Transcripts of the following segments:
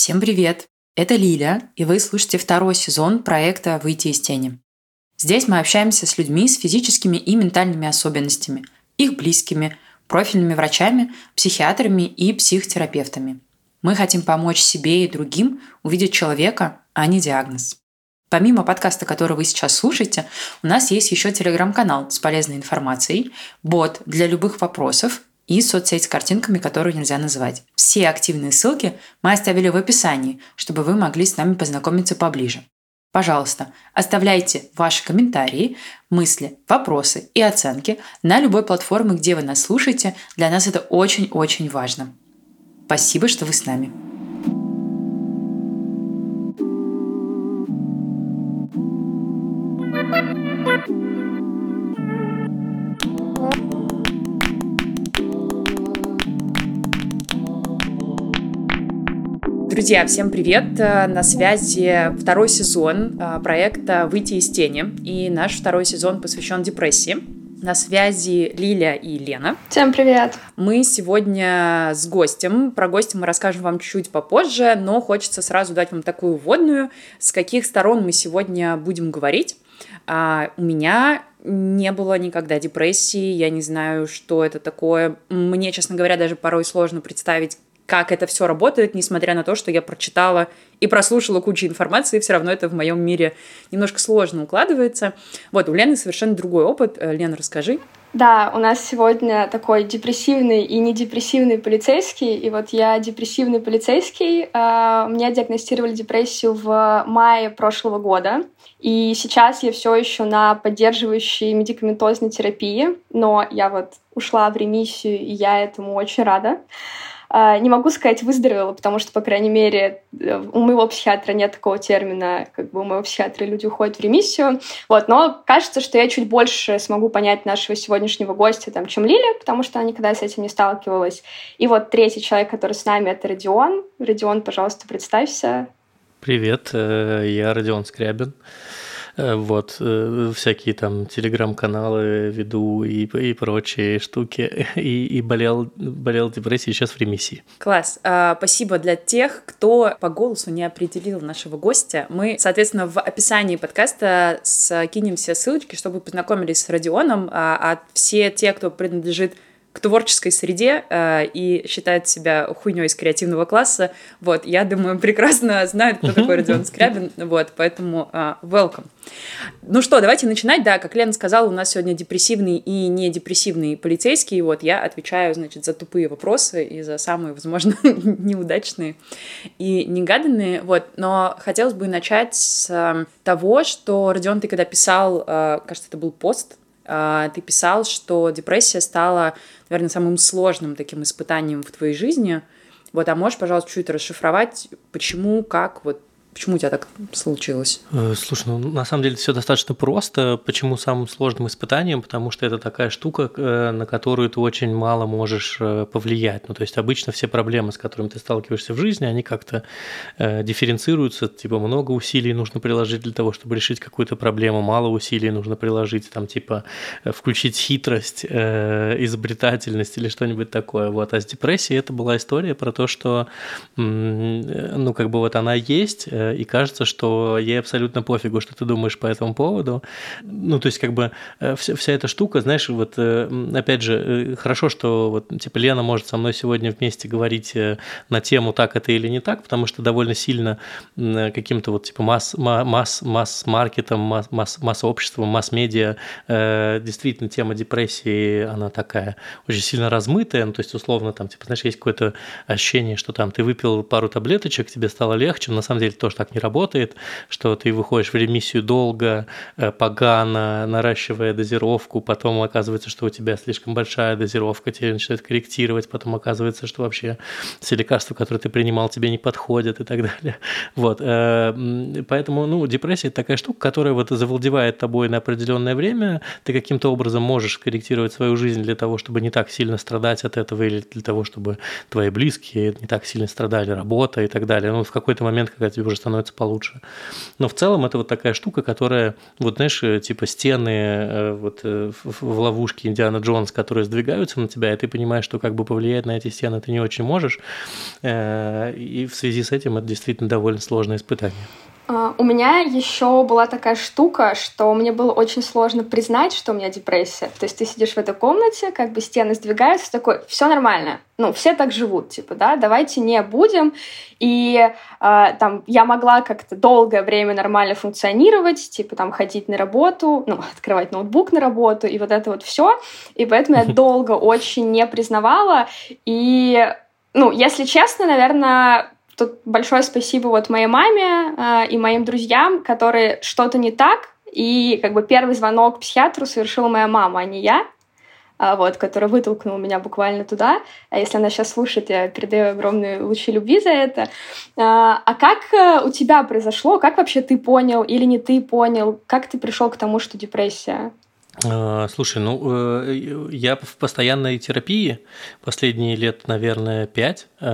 Всем привет! Это Лиля, и вы слушаете второй сезон проекта «Выйти из тени». Здесь мы общаемся с людьми с физическими и ментальными особенностями, их близкими, профильными врачами, психиатрами и психотерапевтами. Мы хотим помочь себе и другим увидеть человека, а не диагноз. Помимо подкаста, который вы сейчас слушаете, у нас есть еще телеграм-канал с полезной информацией, бот для любых вопросов и соцсеть с картинками, которые нельзя называть. Все активные ссылки мы оставили в описании, чтобы вы могли с нами познакомиться поближе. Пожалуйста, оставляйте ваши комментарии, мысли, вопросы и оценки на любой платформе, где вы нас слушаете. Для нас это очень-очень важно. Спасибо, что вы с нами. Друзья, всем привет! На связи второй сезон проекта «Выйти из тени». И наш второй сезон посвящен депрессии. На связи Лиля и Лена. Всем привет! Мы сегодня с гостем. Про гостя мы расскажем вам чуть попозже, но хочется сразу дать вам такую вводную, с каких сторон мы сегодня будем говорить. У меня не было никогда депрессии, я не знаю, что это такое. Мне, честно говоря, даже порой сложно представить, как это все работает, несмотря на то, что я прочитала и прослушала кучу информации, все равно это в моем мире немножко сложно укладывается. Вот, у Лены совершенно другой опыт. Лена, расскажи. Да, у нас сегодня такой депрессивный и недепрессивный полицейский. И вот я депрессивный полицейский. Меня диагностировали депрессию в мае прошлого года. И сейчас я все еще на поддерживающей медикаментозной терапии, но я вот ушла в ремиссию, и я этому очень рада. Не могу сказать выздоровела, потому что, по крайней мере, у моего психиатра нет такого термина, как бы у моего психиатра люди уходят в ремиссию. Вот, но кажется, что я чуть больше смогу понять нашего сегодняшнего гостя, чем Лиля, потому что она никогда с этим не сталкивалась. И вот третий человек, который с нами, это Родион. Родион, пожалуйста, представься. Привет, я Родион Скрябин. Вот, всякие там телеграм-каналы веду и прочие штуки. И болел депрессией, сейчас в ремиссии. Класс. Спасибо для тех, кто по голосу не определил нашего гостя. Мы, соответственно, в описании подкаста скинем все ссылочки, чтобы вы познакомились с Родионом. А все те, кто принадлежит к творческой среде и считает себя хуйней из креативного класса, вот, я думаю, прекрасно знают, кто такой Родион Скрябин, вот, поэтому welcome. Ну что, давайте начинать, да, как Лена сказала, у нас сегодня депрессивный и недепрессивный полицейский, вот, я отвечаю, значит, за тупые вопросы и за самые, возможно, неудачные и негаданные, вот, но хотелось бы начать с того, что, Родион, ты когда писал, кажется, это был пост, ты писал, что депрессия стала, наверное, самым сложным таким испытанием в твоей жизни. Вот, а можешь, пожалуйста, чуть расшифровать, почему, как, вот, почему у тебя так случилось? Слушай, ну на самом деле все достаточно просто. Почему самым сложным испытанием? Потому что это такая штука, на которую ты очень мало можешь повлиять. Ну, то есть обычно все проблемы, с которыми ты сталкиваешься в жизни, они как-то дифференцируются. Типа много усилий нужно приложить для того, чтобы решить какую-то проблему, мало усилий нужно приложить, там типа включить хитрость, изобретательность или что-нибудь такое. Вот. А с депрессией это была история про то, что ну как бы вот она есть, и кажется, что ей абсолютно пофигу, что ты думаешь по этому поводу. Ну, то есть, как бы, вся эта штука, знаешь, вот, опять же, хорошо, что вот, типа, Лена может со мной сегодня вместе говорить на тему, так это или не так, потому что довольно сильно каким-то вот, типа, масс-маркетом, масс-обществом, масс-медиа, действительно, тема депрессии, она такая очень сильно размытая, ну, то есть, условно, там, типа, знаешь, есть какое-то ощущение, что там ты выпил пару таблеточек, тебе стало легче, но на самом деле тоже так не работает, что ты выходишь в ремиссию долго, погано, наращивая дозировку, потом оказывается, что у тебя слишком большая дозировка, тебе начинает корректировать, потом оказывается, что вообще все лекарства, которые ты принимал, тебе не подходят и так далее. Вот. Поэтому, ну, депрессия – это такая штука, которая вот завладевает тобой на определенное время, ты каким-то образом можешь корректировать свою жизнь для того, чтобы не так сильно страдать от этого, или для того, чтобы твои близкие не так сильно страдали, работа и так далее. Ну, в какой-то момент, когда тебе уже становится получше. Но в целом это вот такая штука, которая, вот знаешь, типа стены в ловушке Индиана Джонс, которые сдвигаются на тебя, и ты понимаешь, что как бы повлиять на эти стены ты не очень можешь. И в связи с этим это действительно довольно сложное испытание. У меня еще была такая штука, что мне было очень сложно признать, что у меня депрессия. То есть ты сидишь в этой комнате, как бы стены сдвигаются, такой, все нормально. Все так живут, типа, да, давайте не будем. И я могла как-то долгое время нормально функционировать, типа, ходить на работу, открывать ноутбук на работу, и вот это вот все. И поэтому я долго очень не признавала. И, если честно, наверное, тут большое спасибо моей маме и моим друзьям, которые что-то не так, и как бы первый звонок к психиатру совершила моя мама, а не я, которая вытолкнула меня буквально туда. А если она сейчас слушает, я передаю огромные лучи любви за это. А как у тебя произошло? Как вообще ты понял или не ты понял? Как ты пришел к тому, что депрессия? Слушай, я в постоянной терапии последние лет, наверное, 5. У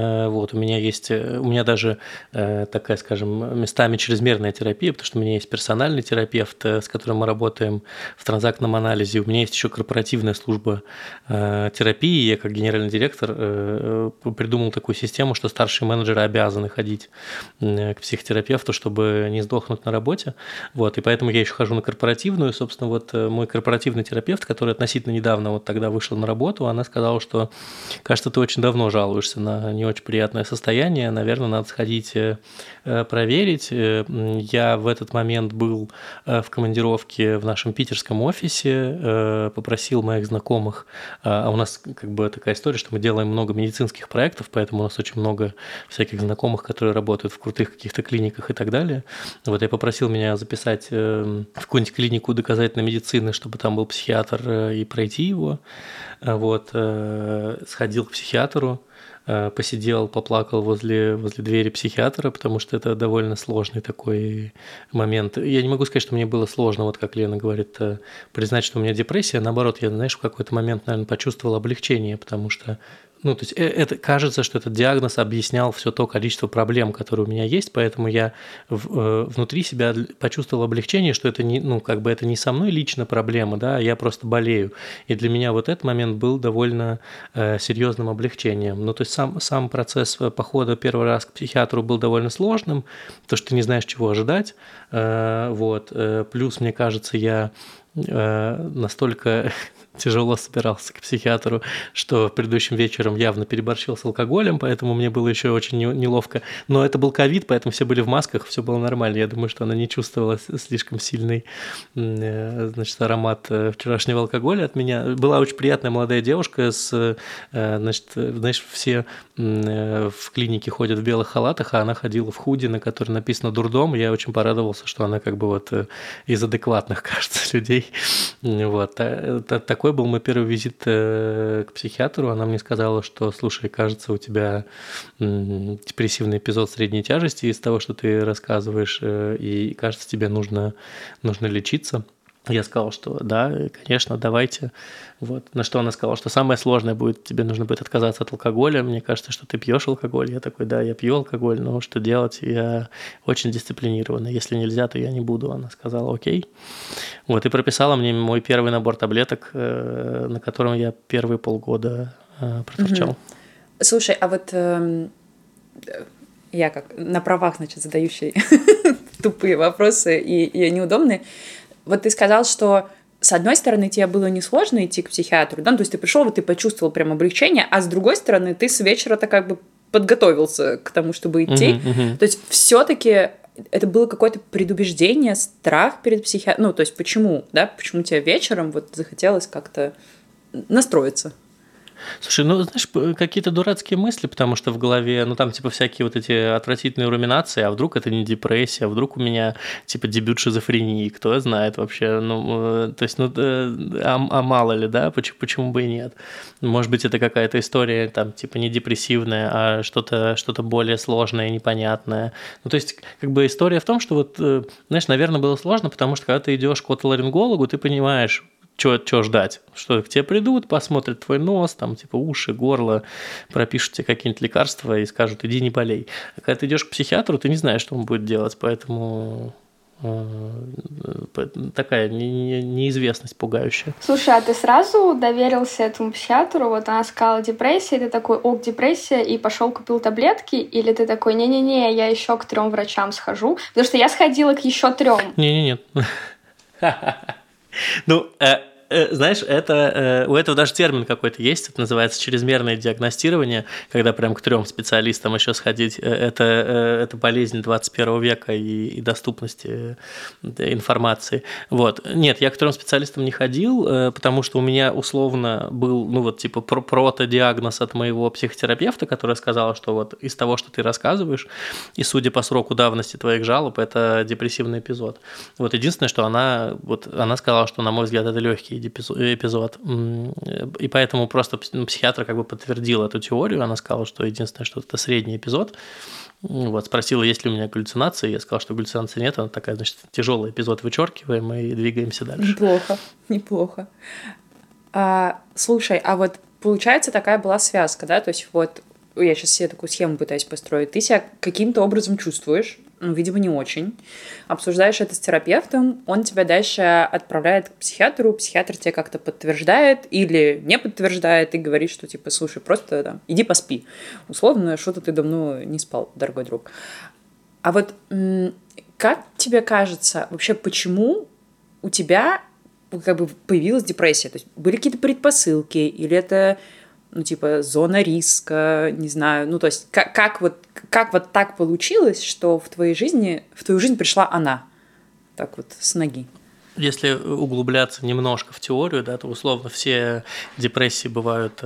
меня даже такая, скажем, местами чрезмерная терапия, потому что у меня есть персональный терапевт, с которым мы работаем в транзактном анализе. У меня есть еще корпоративная служба терапии. Я как генеральный директор придумал такую систему, что старшие менеджеры обязаны ходить к психотерапевту, чтобы не сдохнуть на работе. И поэтому я еще хожу на корпоративную. Собственно, мой корпоративный терапевт, который относительно недавно тогда вышел на работу, она сказала, что, кажется, ты очень давно жалуешься на не очень приятное состояние, наверное, надо сходить проверить. Я в этот момент был в командировке в нашем питерском офисе, попросил моих знакомых, а у нас как бы такая история, что мы делаем много медицинских проектов, поэтому у нас очень много всяких знакомых, которые работают в крутых каких-то клиниках и так далее. Я попросил меня записать в какую-нибудь клинику доказательной медицины, чтобы там был психиатр и пройти его. Сходил к психиатру, посидел, поплакал возле двери психиатра, потому что это довольно сложный такой момент. Я не могу сказать, что мне было сложно, как Лена говорит, признать, что у меня депрессия. Наоборот, я, в какой-то момент, наверное, почувствовал облегчение, потому что то есть это кажется, что этот диагноз объяснял все то количество проблем, которые у меня есть, поэтому я внутри себя почувствовал облегчение, что это не, это не со мной лично проблема, да, я просто болею. И для меня этот момент был довольно серьезным облегчением. То есть сам процесс похода первый раз к психиатру был довольно сложным, потому что ты не знаешь, чего ожидать. Плюс, мне кажется, я настолько тяжело собирался к психиатру, что предыдущим вечером явно переборщил с алкоголем, поэтому мне было еще очень неловко. Но это был ковид, поэтому все были в масках, все было нормально. Я думаю, что она не чувствовала слишком сильный, аромат вчерашнего алкоголя от меня. Была очень приятная молодая девушка все в клинике ходят в белых халатах, а она ходила в худи, на которой написано «Дурдом». Я очень порадовался, что она из адекватных, кажется, людей. Такой был мой первый визит к психиатру. Она мне сказала, что, слушай, кажется, у тебя депрессивный эпизод средней тяжести из того, что ты рассказываешь, и, кажется, тебе нужно лечиться. Я сказал, что да, конечно, давайте. На что она сказала, что самое сложное будет, тебе нужно будет отказаться от алкоголя. Мне кажется, что ты пьешь алкоголь. Я такой, да, я пью алкоголь, но что делать? Я очень дисциплинированный. Если нельзя, то я не буду. Она сказала, окей. И прописала мне мой первый набор таблеток, на котором я первые полгода проторчал. Слушай, я как на правах, задающий тупые вопросы и неудобные. Ты сказал, что с одной стороны тебе было несложно идти к психиатру, да? То есть ты пришел, ты почувствовал прям облегчение, а с другой стороны ты с вечера-то как бы подготовился к тому, чтобы идти. То есть все-таки это было какое-то предубеждение, страх перед психиатром. То есть почему, да? Почему тебе вечером захотелось как-то настроиться? Слушай, знаешь, какие-то дурацкие мысли, потому что в голове, там всякие эти отвратительные руминации, а вдруг это не депрессия, а вдруг у меня дебют шизофрении, кто знает вообще, мало ли, да, почему бы и нет. Может быть, это какая-то история, не депрессивная, а что-то более сложное и непонятное. То есть, история в том, что, знаешь, наверное, было сложно, потому что когда ты идешь к отоларингологу, ты понимаешь, что ждать? Что к тебе придут, посмотрят твой нос, там, типа, уши, горло, пропишут тебе какие-нибудь лекарства и скажут, иди не болей. А когда ты идешь к психиатру, ты не знаешь, что он будет делать, поэтому такая неизвестность пугающая. Слушай, а ты сразу доверился этому психиатру? Вот она сказала депрессия, и ты такой, ок, депрессия, и пошел купил таблетки? Или ты такой, не-не-не, я еще к 3 врачам схожу? Потому что я сходила к еще 3. Не-не-не. Ну, знаешь, у этого даже термин какой-то есть, это называется чрезмерное диагностирование, когда прям к 3 специалистам еще сходить. Это болезнь 21 века и доступности информации. Вот. Нет, я к 3 специалистам не ходил, потому что у меня условно был, ну вот типа протодиагноз от моего психотерапевта, которая сказала, что вот из того, что ты рассказываешь, и судя по сроку давности твоих жалоб, это депрессивный эпизод. Вот единственное, что она сказала, что, на мой взгляд, это легкий эпизод. И поэтому просто психиатр как бы подтвердил эту теорию. Она сказала, что единственное, что это средний эпизод. Вот, спросила, есть ли у меня галлюцинации. Я сказал, что галлюцинаций нет. Она такая, значит, тяжелый эпизод вычеркиваем и двигаемся дальше. Неплохо. Слушай, а вот получается такая была связка, да? То есть вот я сейчас себе такую схему пытаюсь построить. Ты себя каким-то образом чувствуешь, ну, видимо, не очень. Обсуждаешь это с терапевтом, он тебя дальше отправляет к психиатру, психиатр тебе как-то подтверждает или не подтверждает и говорит, что типа, слушай, просто там, иди поспи. Условно, что-то ты давно не спал, дорогой друг. А вот как тебе кажется, вообще почему у тебя как бы появилась депрессия? То есть были какие-то предпосылки или это... ну, типа, зона риска, не знаю, ну, то есть, как вот так получилось, что в твою жизнь пришла она, так вот, с ноги? Если углубляться немножко в теорию, да, то условно все депрессии бывают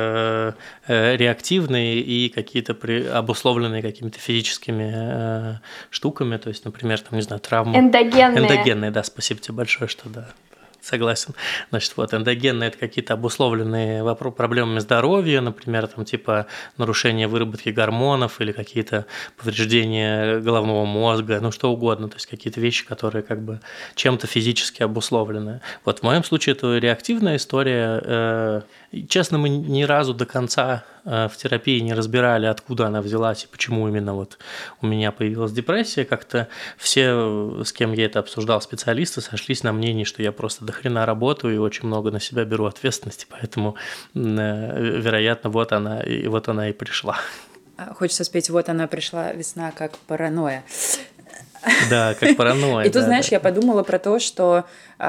реактивные и какие-то обусловленные какими-то физическими штуками, то есть, например, там, не знаю, травмы. Эндогенные, да, спасибо тебе большое, что да. Согласен. Значит, вот эндогенные – это какие-то обусловленные проблемами здоровья, например, там типа нарушение выработки гормонов или какие-то повреждения головного мозга, ну что угодно, то есть какие-то вещи, которые как бы чем-то физически обусловлены. Вот в моем случае это реактивная история. Честно, мы ни разу до конца в терапии не разбирали, откуда она взялась и почему именно вот у меня появилась депрессия. Как-то все, с кем я это обсуждал, специалисты, сошлись на мнении, что я просто до хрена работаю и очень много на себя беру ответственности, поэтому, вероятно, вот она и пришла. Хочется спеть «Вот она пришла, весна, как паранойя». Да, как паранойя. И тут, знаешь, я подумала про то, что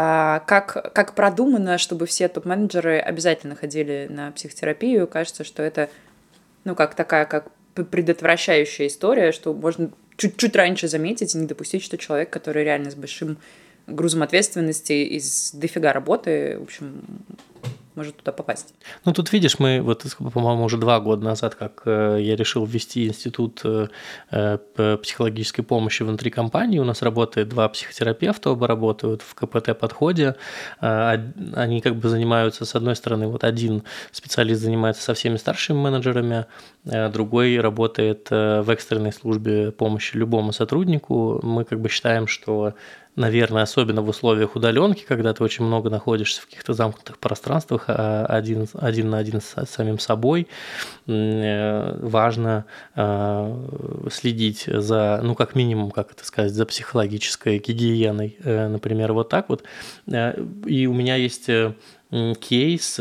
как продумано, чтобы все топ-менеджеры обязательно ходили на психотерапию. Кажется, что это, ну, как такая, как предотвращающая история, что можно чуть-чуть раньше заметить и не допустить, что человек, который реально с большим грузом ответственности и с дофига работы, в общем, может туда попасть. Ну, тут видишь, мы вот, по-моему, уже 2 года назад, как я решил ввести институт психологической помощи внутри компании. У нас работает 2 психотерапевта, оба работают в КПТ-подходе. Они как бы занимаются, с одной стороны, вот один специалист занимается со всеми старшими менеджерами, другой работает в экстренной службе помощи любому сотруднику. Мы как бы считаем, что, наверное, особенно в условиях удаленки, когда ты очень много находишься в каких-то замкнутых пространствах, один на один с самим собой, важно следить за, ну, как минимум, как это сказать, за психологической гигиеной, например, вот так вот. И у меня есть кейс,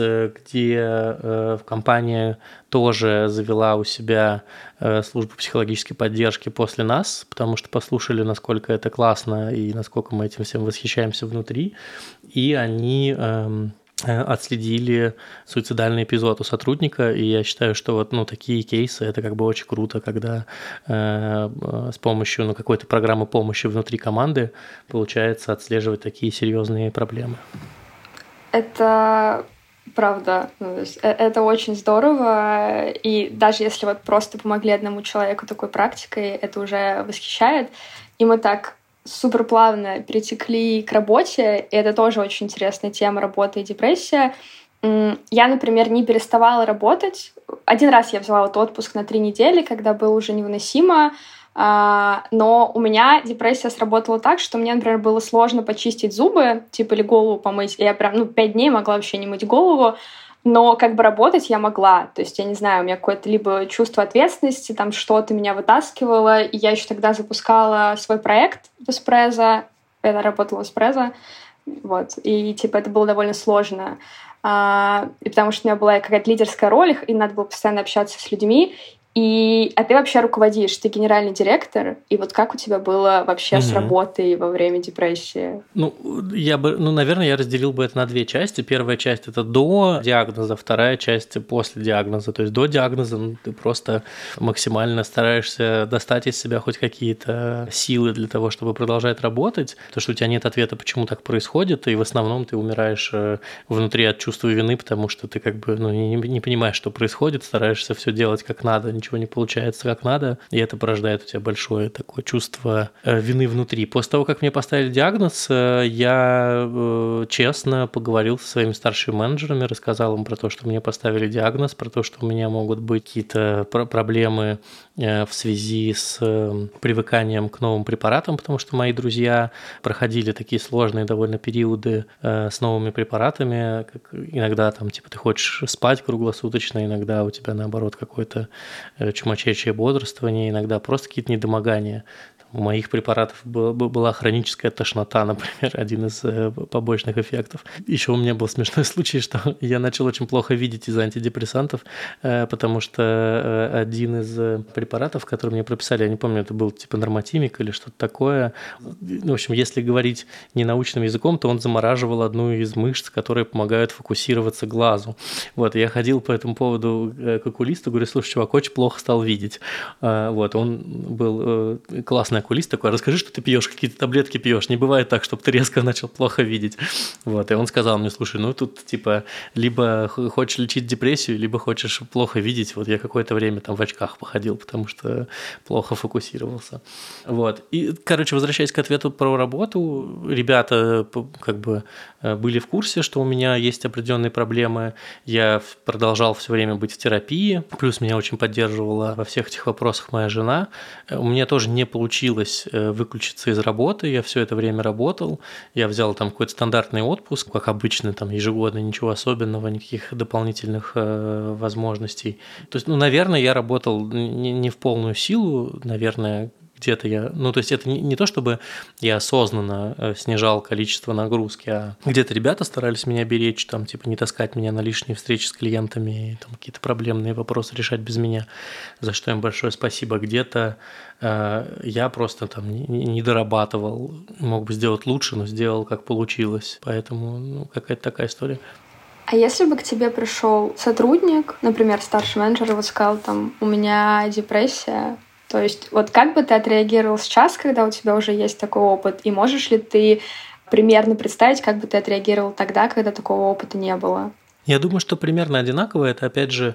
где компания тоже завела у себя службу психологической поддержки после нас, потому что послушали, насколько это классно и насколько мы этим всем восхищаемся внутри, и они отследили суицидальный эпизод у сотрудника, и я считаю, что вот, ну, такие кейсы, это как бы очень круто, когда с помощью, ну, какой-то программы помощи внутри команды получается отслеживать такие серьезные проблемы. Это правда, это очень здорово, и даже если вот просто помогли одному человеку такой практикой, это уже восхищает, и мы так супер плавно перетекли к работе, и это тоже очень интересная тема — работа и депрессия. Я, например, не переставала работать. 1 раз я взяла вот отпуск на 3 недели, когда было уже невыносимо. Но у меня депрессия сработала так, что мне, например, было сложно почистить зубы, типа, или голову помыть. Я прям, 5 дней могла вообще не мыть голову, но как бы работать я могла. То есть, я не знаю, у меня какое-то либо чувство ответственности, там что-то меня вытаскивало, и я еще тогда запускала свой проект в Эспрезо, я работала в Эспрезо, вот, и, типа, это было довольно сложно. И потому что у меня была какая-то лидерская роль, и надо было постоянно общаться с людьми. А ты вообще руководишь, ты генеральный директор, и вот как у тебя было вообще с работой во время депрессии? Наверное, я разделил бы это на две части. Первая часть – это до диагноза, вторая часть – после диагноза. То есть до диагноза ты просто максимально стараешься достать из себя хоть какие-то силы для того, чтобы продолжать работать, потому что у тебя нет ответа, почему так происходит, и в основном ты умираешь внутри от чувства вины, потому что ты как бы не понимаешь, что происходит, стараешься все делать как надо, ничего не получается как надо, и это порождает у тебя большое такое чувство вины внутри. После того, как мне поставили диагноз, я честно поговорил со своими старшими менеджерами, рассказал им про то, что мне поставили диагноз, про то, что у меня могут быть какие-то проблемы в связи с привыканием к новым препаратам, потому что мои друзья проходили такие сложные довольно периоды с новыми препаратами, как иногда там типа ты хочешь спать круглосуточно, иногда у тебя наоборот какое-то чумачечье бодрствование, иногда просто какие-то недомогания. У моих препаратов была хроническая тошнота, например, один из побочных эффектов. Еще у меня был смешной случай, что я начал очень плохо видеть из-за антидепрессантов, потому что один из препаратов, который мне прописали, я не помню, это был типа нормотимик или что-то такое. В общем, если говорить ненаучным языком, то он замораживал одну из мышц, которые помогают фокусироваться глазу. Вот, я ходил по этому поводу к окулисту, говорю, слушай, чувак, очень плохо стал видеть. Вот, он был классный окулист такой, расскажи, что ты пьешь, какие-то таблетки пьешь. Не бывает так, чтобы ты резко начал плохо видеть. Вот, и он сказал мне, слушай, тут типа либо хочешь лечить депрессию, либо хочешь плохо видеть. Вот я какое-то время там в очках походил, потому что плохо фокусировался. Вот. И, возвращаясь к ответу про работу, ребята как бы были в курсе, что у меня есть определенные проблемы. Я продолжал все время быть в терапии, плюс меня очень поддерживала во всех этих вопросах моя жена. У меня тоже не получилось выключиться из работы, я все это время работал, я взял там какой-то стандартный отпуск, как обычно, там ежегодно, ничего особенного, никаких дополнительных возможностей. То есть, наверное, я работал не в полную силу, наверное, где-то я... то есть это не то, чтобы я осознанно снижал количество нагрузки, а где-то ребята старались меня беречь, там, типа, не таскать меня на лишние встречи с клиентами, там, какие-то проблемные вопросы решать без меня, за что им большое спасибо. Где-то я просто там не дорабатывал, мог бы сделать лучше, но сделал, как получилось. Поэтому, какая-то такая история. А если бы к тебе пришел сотрудник, например, старший менеджер, и вот сказал, там, у меня депрессия, то есть вот как бы ты отреагировал сейчас, когда у тебя уже есть такой опыт? И можешь ли ты примерно представить, как бы ты отреагировал тогда, когда такого опыта не было? Я думаю, что примерно одинаково. Это, опять же,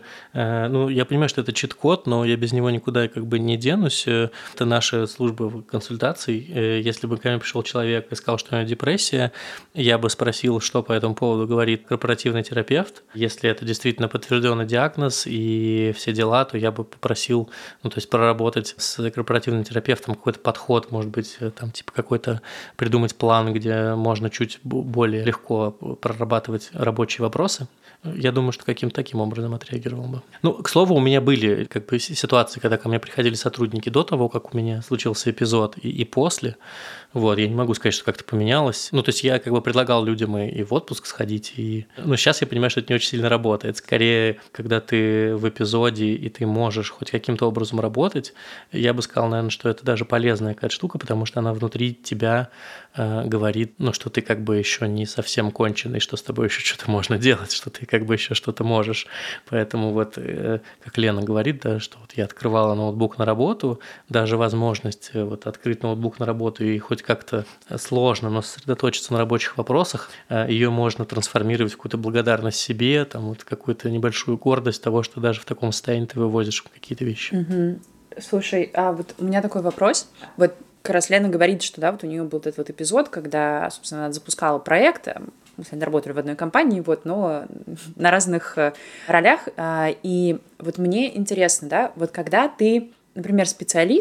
я понимаю, что это чит-код, но я без него никуда как бы не денусь. Это наша служба консультаций. Если бы ко мне пришел человек и сказал, что у него депрессия, я бы спросил, что по этому поводу говорит корпоративный терапевт. Если это действительно подтвержденный диагноз и все дела, то я бы попросил, проработать с корпоративным терапевтом какой-то подход, может быть, там, типа какой-то придумать план, где можно чуть более легко прорабатывать рабочие вопросы. Я думаю, что каким-то таким образом отреагировал бы. К слову, у меня были как бы ситуации, когда ко мне приходили сотрудники до того, как у меня случился эпизод, и после. Вот, я не могу сказать, что как-то поменялось. То есть я как бы предлагал людям и в отпуск сходить, сейчас я понимаю, что это не очень сильно работает. Скорее, когда ты в эпизоде, и ты можешь хоть каким-то образом работать, я бы сказал, наверное, что это даже полезная какая-то штука, потому что она внутри тебя говорит, что ты как бы еще не совсем конченый, что с тобой еще что-то можно делать, что ты как бы еще что-то можешь. Поэтому вот, как Лена говорит, да, что вот я открывала ноутбук на работу, даже возможность вот открыть ноутбук на работу и хоть как-то сложно, но сосредоточиться на рабочих вопросах, ее можно трансформировать в какую-то благодарность себе, там вот какую-то небольшую гордость того, что даже в таком состоянии ты вывозишь какие-то вещи. Угу. Слушай, а вот у меня такой вопрос. Вот как раз Лена говорит, что да, вот у нее был этот вот эпизод, когда, собственно, она запускала проект, мы с ней работали в одной компании, вот, но на разных ролях. И вот мне интересно, да, вот когда ты, например, специалист,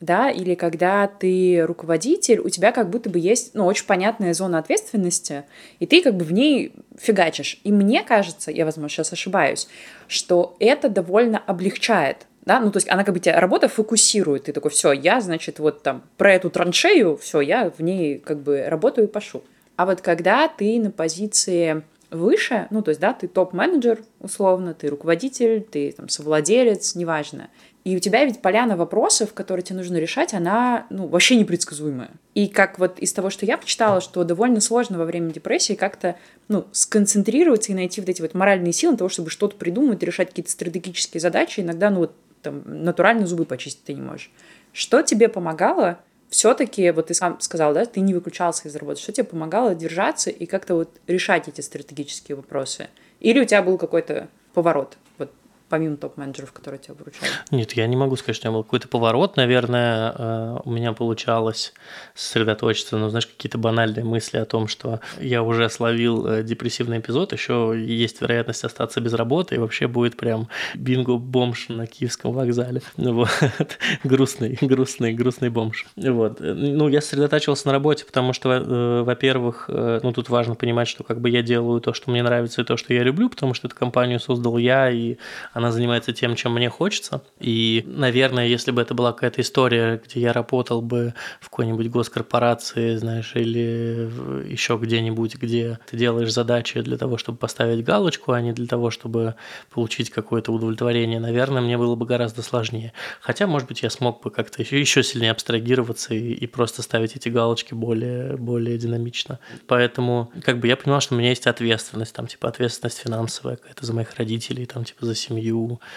да, или когда ты руководитель, у тебя как будто бы есть, очень понятная зона ответственности, и ты как бы в ней фигачишь. И мне кажется, я, возможно, сейчас ошибаюсь, что это довольно облегчает, да, то есть она как бы тебя работа фокусирует, ты такой, все, я, значит, вот там про эту траншею, все, я в ней как бы работаю и пашу. А вот когда ты на позиции выше, то есть, да, ты топ-менеджер, условно, ты руководитель, ты там совладелец, неважно, и у тебя ведь поляна вопросов, которые тебе нужно решать, она, вообще непредсказуемая. И как вот из того, что я почитала, что довольно сложно во время депрессии как-то, сконцентрироваться и найти вот эти вот моральные силы для того, чтобы что-то придумать, решать какие-то стратегические задачи. Иногда, там, натурально зубы почистить ты не можешь. Что тебе помогало все-таки, вот ты сам сказал, да, ты не выключался из работы, что тебе помогало держаться и как-то вот решать эти стратегические вопросы? Или у тебя был какой-то поворот, вот помимо топ-менеджеров, которые тебя выручали? Нет, я не могу сказать, что у меня был какой-то поворот. Наверное, у меня получалось сосредоточиться, знаешь, какие-то банальные мысли о том, что я уже словил депрессивный эпизод, еще есть вероятность остаться без работы, и вообще будет прям бинго-бомж на Киевском вокзале. Вот. Грустный бомж. Вот. Я сосредотачивался на работе, потому что, во-первых, тут важно понимать, что как бы я делаю то, что мне нравится, и то, что я люблю, потому что эту компанию создал я, и она занимается тем, чем мне хочется. И, наверное, если бы это была какая-то история, где я работал бы в какой-нибудь госкорпорации, знаешь, или еще где-нибудь, где ты делаешь задачи для того, чтобы поставить галочку, а не для того, чтобы получить какое-то удовлетворение, наверное, мне было бы гораздо сложнее. Хотя, может быть, я смог бы как-то еще сильнее абстрагироваться и просто ставить эти галочки более динамично. Поэтому как бы я понимал, что у меня есть ответственность, там, типа, ответственность финансовая какая-то за моих родителей, там, типа, за семью,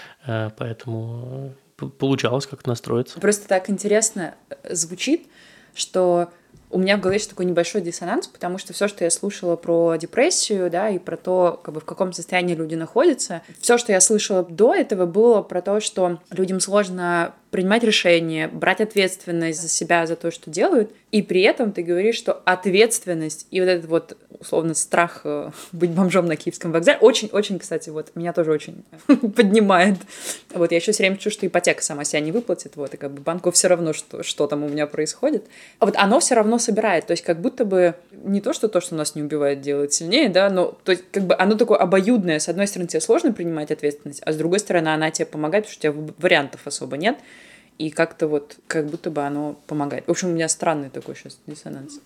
поэтому получалось как-то настроиться. Просто так интересно звучит, что у меня в голове есть такой небольшой диссонанс, потому что все, что я слушала про депрессию, да, и про то, как бы в каком состоянии люди находятся, все, что я слышала до этого, было про то, что людям сложно принимать решения, брать ответственность за себя, за то, что делают, и при этом ты говоришь, что ответственность и вот этот вот, условно, страх быть бомжом на Киевском вокзале очень-очень, кстати, вот меня тоже очень поднимает. Вот я еще все время чувствую, что ипотека сама себя не выплатит, вот, и как бы банку все равно, что там у меня происходит. А вот оно все равно собирает, то есть как будто бы не то, что нас не убивает, делает сильнее, да, но то есть как бы оно такое обоюдное. С одной стороны, тебе сложно принимать ответственность, а с другой стороны, она тебе помогает, потому что у тебя вариантов особо нет. И как-то вот, как будто бы оно помогает. В общем, у меня странный такой сейчас диссонанс.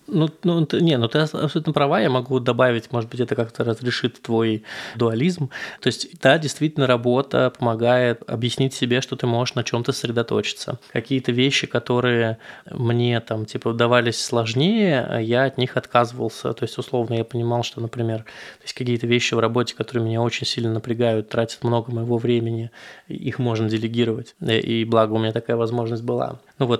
Ты абсолютно права, я могу добавить, может быть, это как-то разрешит твой дуализм. То есть, да, действительно, работа помогает объяснить себе, что ты можешь на чем-то сосредоточиться. Какие-то вещи, которые мне там, типа, давались сложнее, я от них отказывался. То есть, условно, я понимал, что, например, то есть какие-то вещи в работе, которые меня очень сильно напрягают, тратят много моего времени, их можно делегировать. И благо у меня такая возможность была.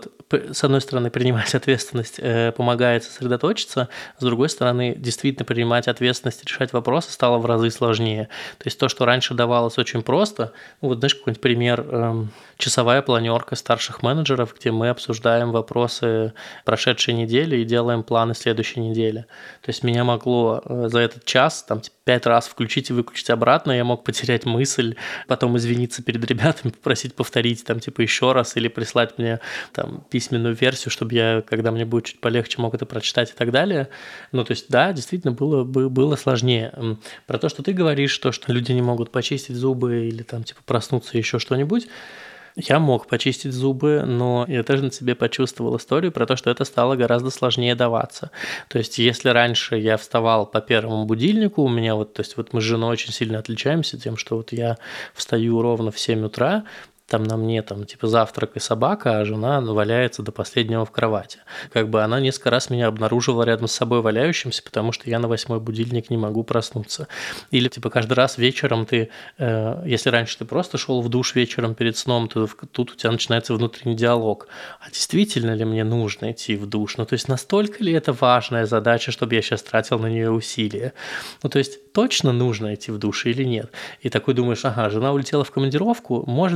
С одной стороны, принимать ответственность помогает сосредоточиться, с другой стороны, действительно принимать ответственность и решать вопросы стало в разы сложнее. То есть то, что раньше давалось очень просто, знаешь, какой-нибудь пример, часовая планерка старших менеджеров, где мы обсуждаем вопросы прошедшей недели и делаем планы следующей недели. То есть меня могло за этот час 5 раз включить и выключить обратно, я мог потерять мысль, потом извиниться перед ребятами, попросить повторить еще раз или прислать мне письменную версию, чтобы я, когда мне будет чуть полегче, мог это прочитать и так далее. То есть, да, действительно было сложнее. Про то, что ты говоришь, что люди не могут почистить зубы или проснуться, еще что-нибудь, я мог почистить зубы, но я тоже на себе почувствовал историю про то, что это стало гораздо сложнее даваться. То есть, если раньше я вставал по первому будильнику, у меня мы с женой очень сильно отличаемся тем, что я встаю ровно в 7 утра, на мне завтрак и собака, а жена валяется до последнего в кровати. Она несколько раз меня обнаруживала рядом с собой валяющимся, потому что я на 8-й будильник не могу проснуться. Или каждый раз вечером если раньше ты просто шел в душ вечером перед сном, то тут у тебя начинается внутренний диалог. А действительно ли мне нужно идти в душ? То есть настолько ли это важная задача, чтобы я сейчас тратил на нее усилия? То есть точно нужно идти в душ или нет? И такой думаешь, жена улетела в командировку, может быть и не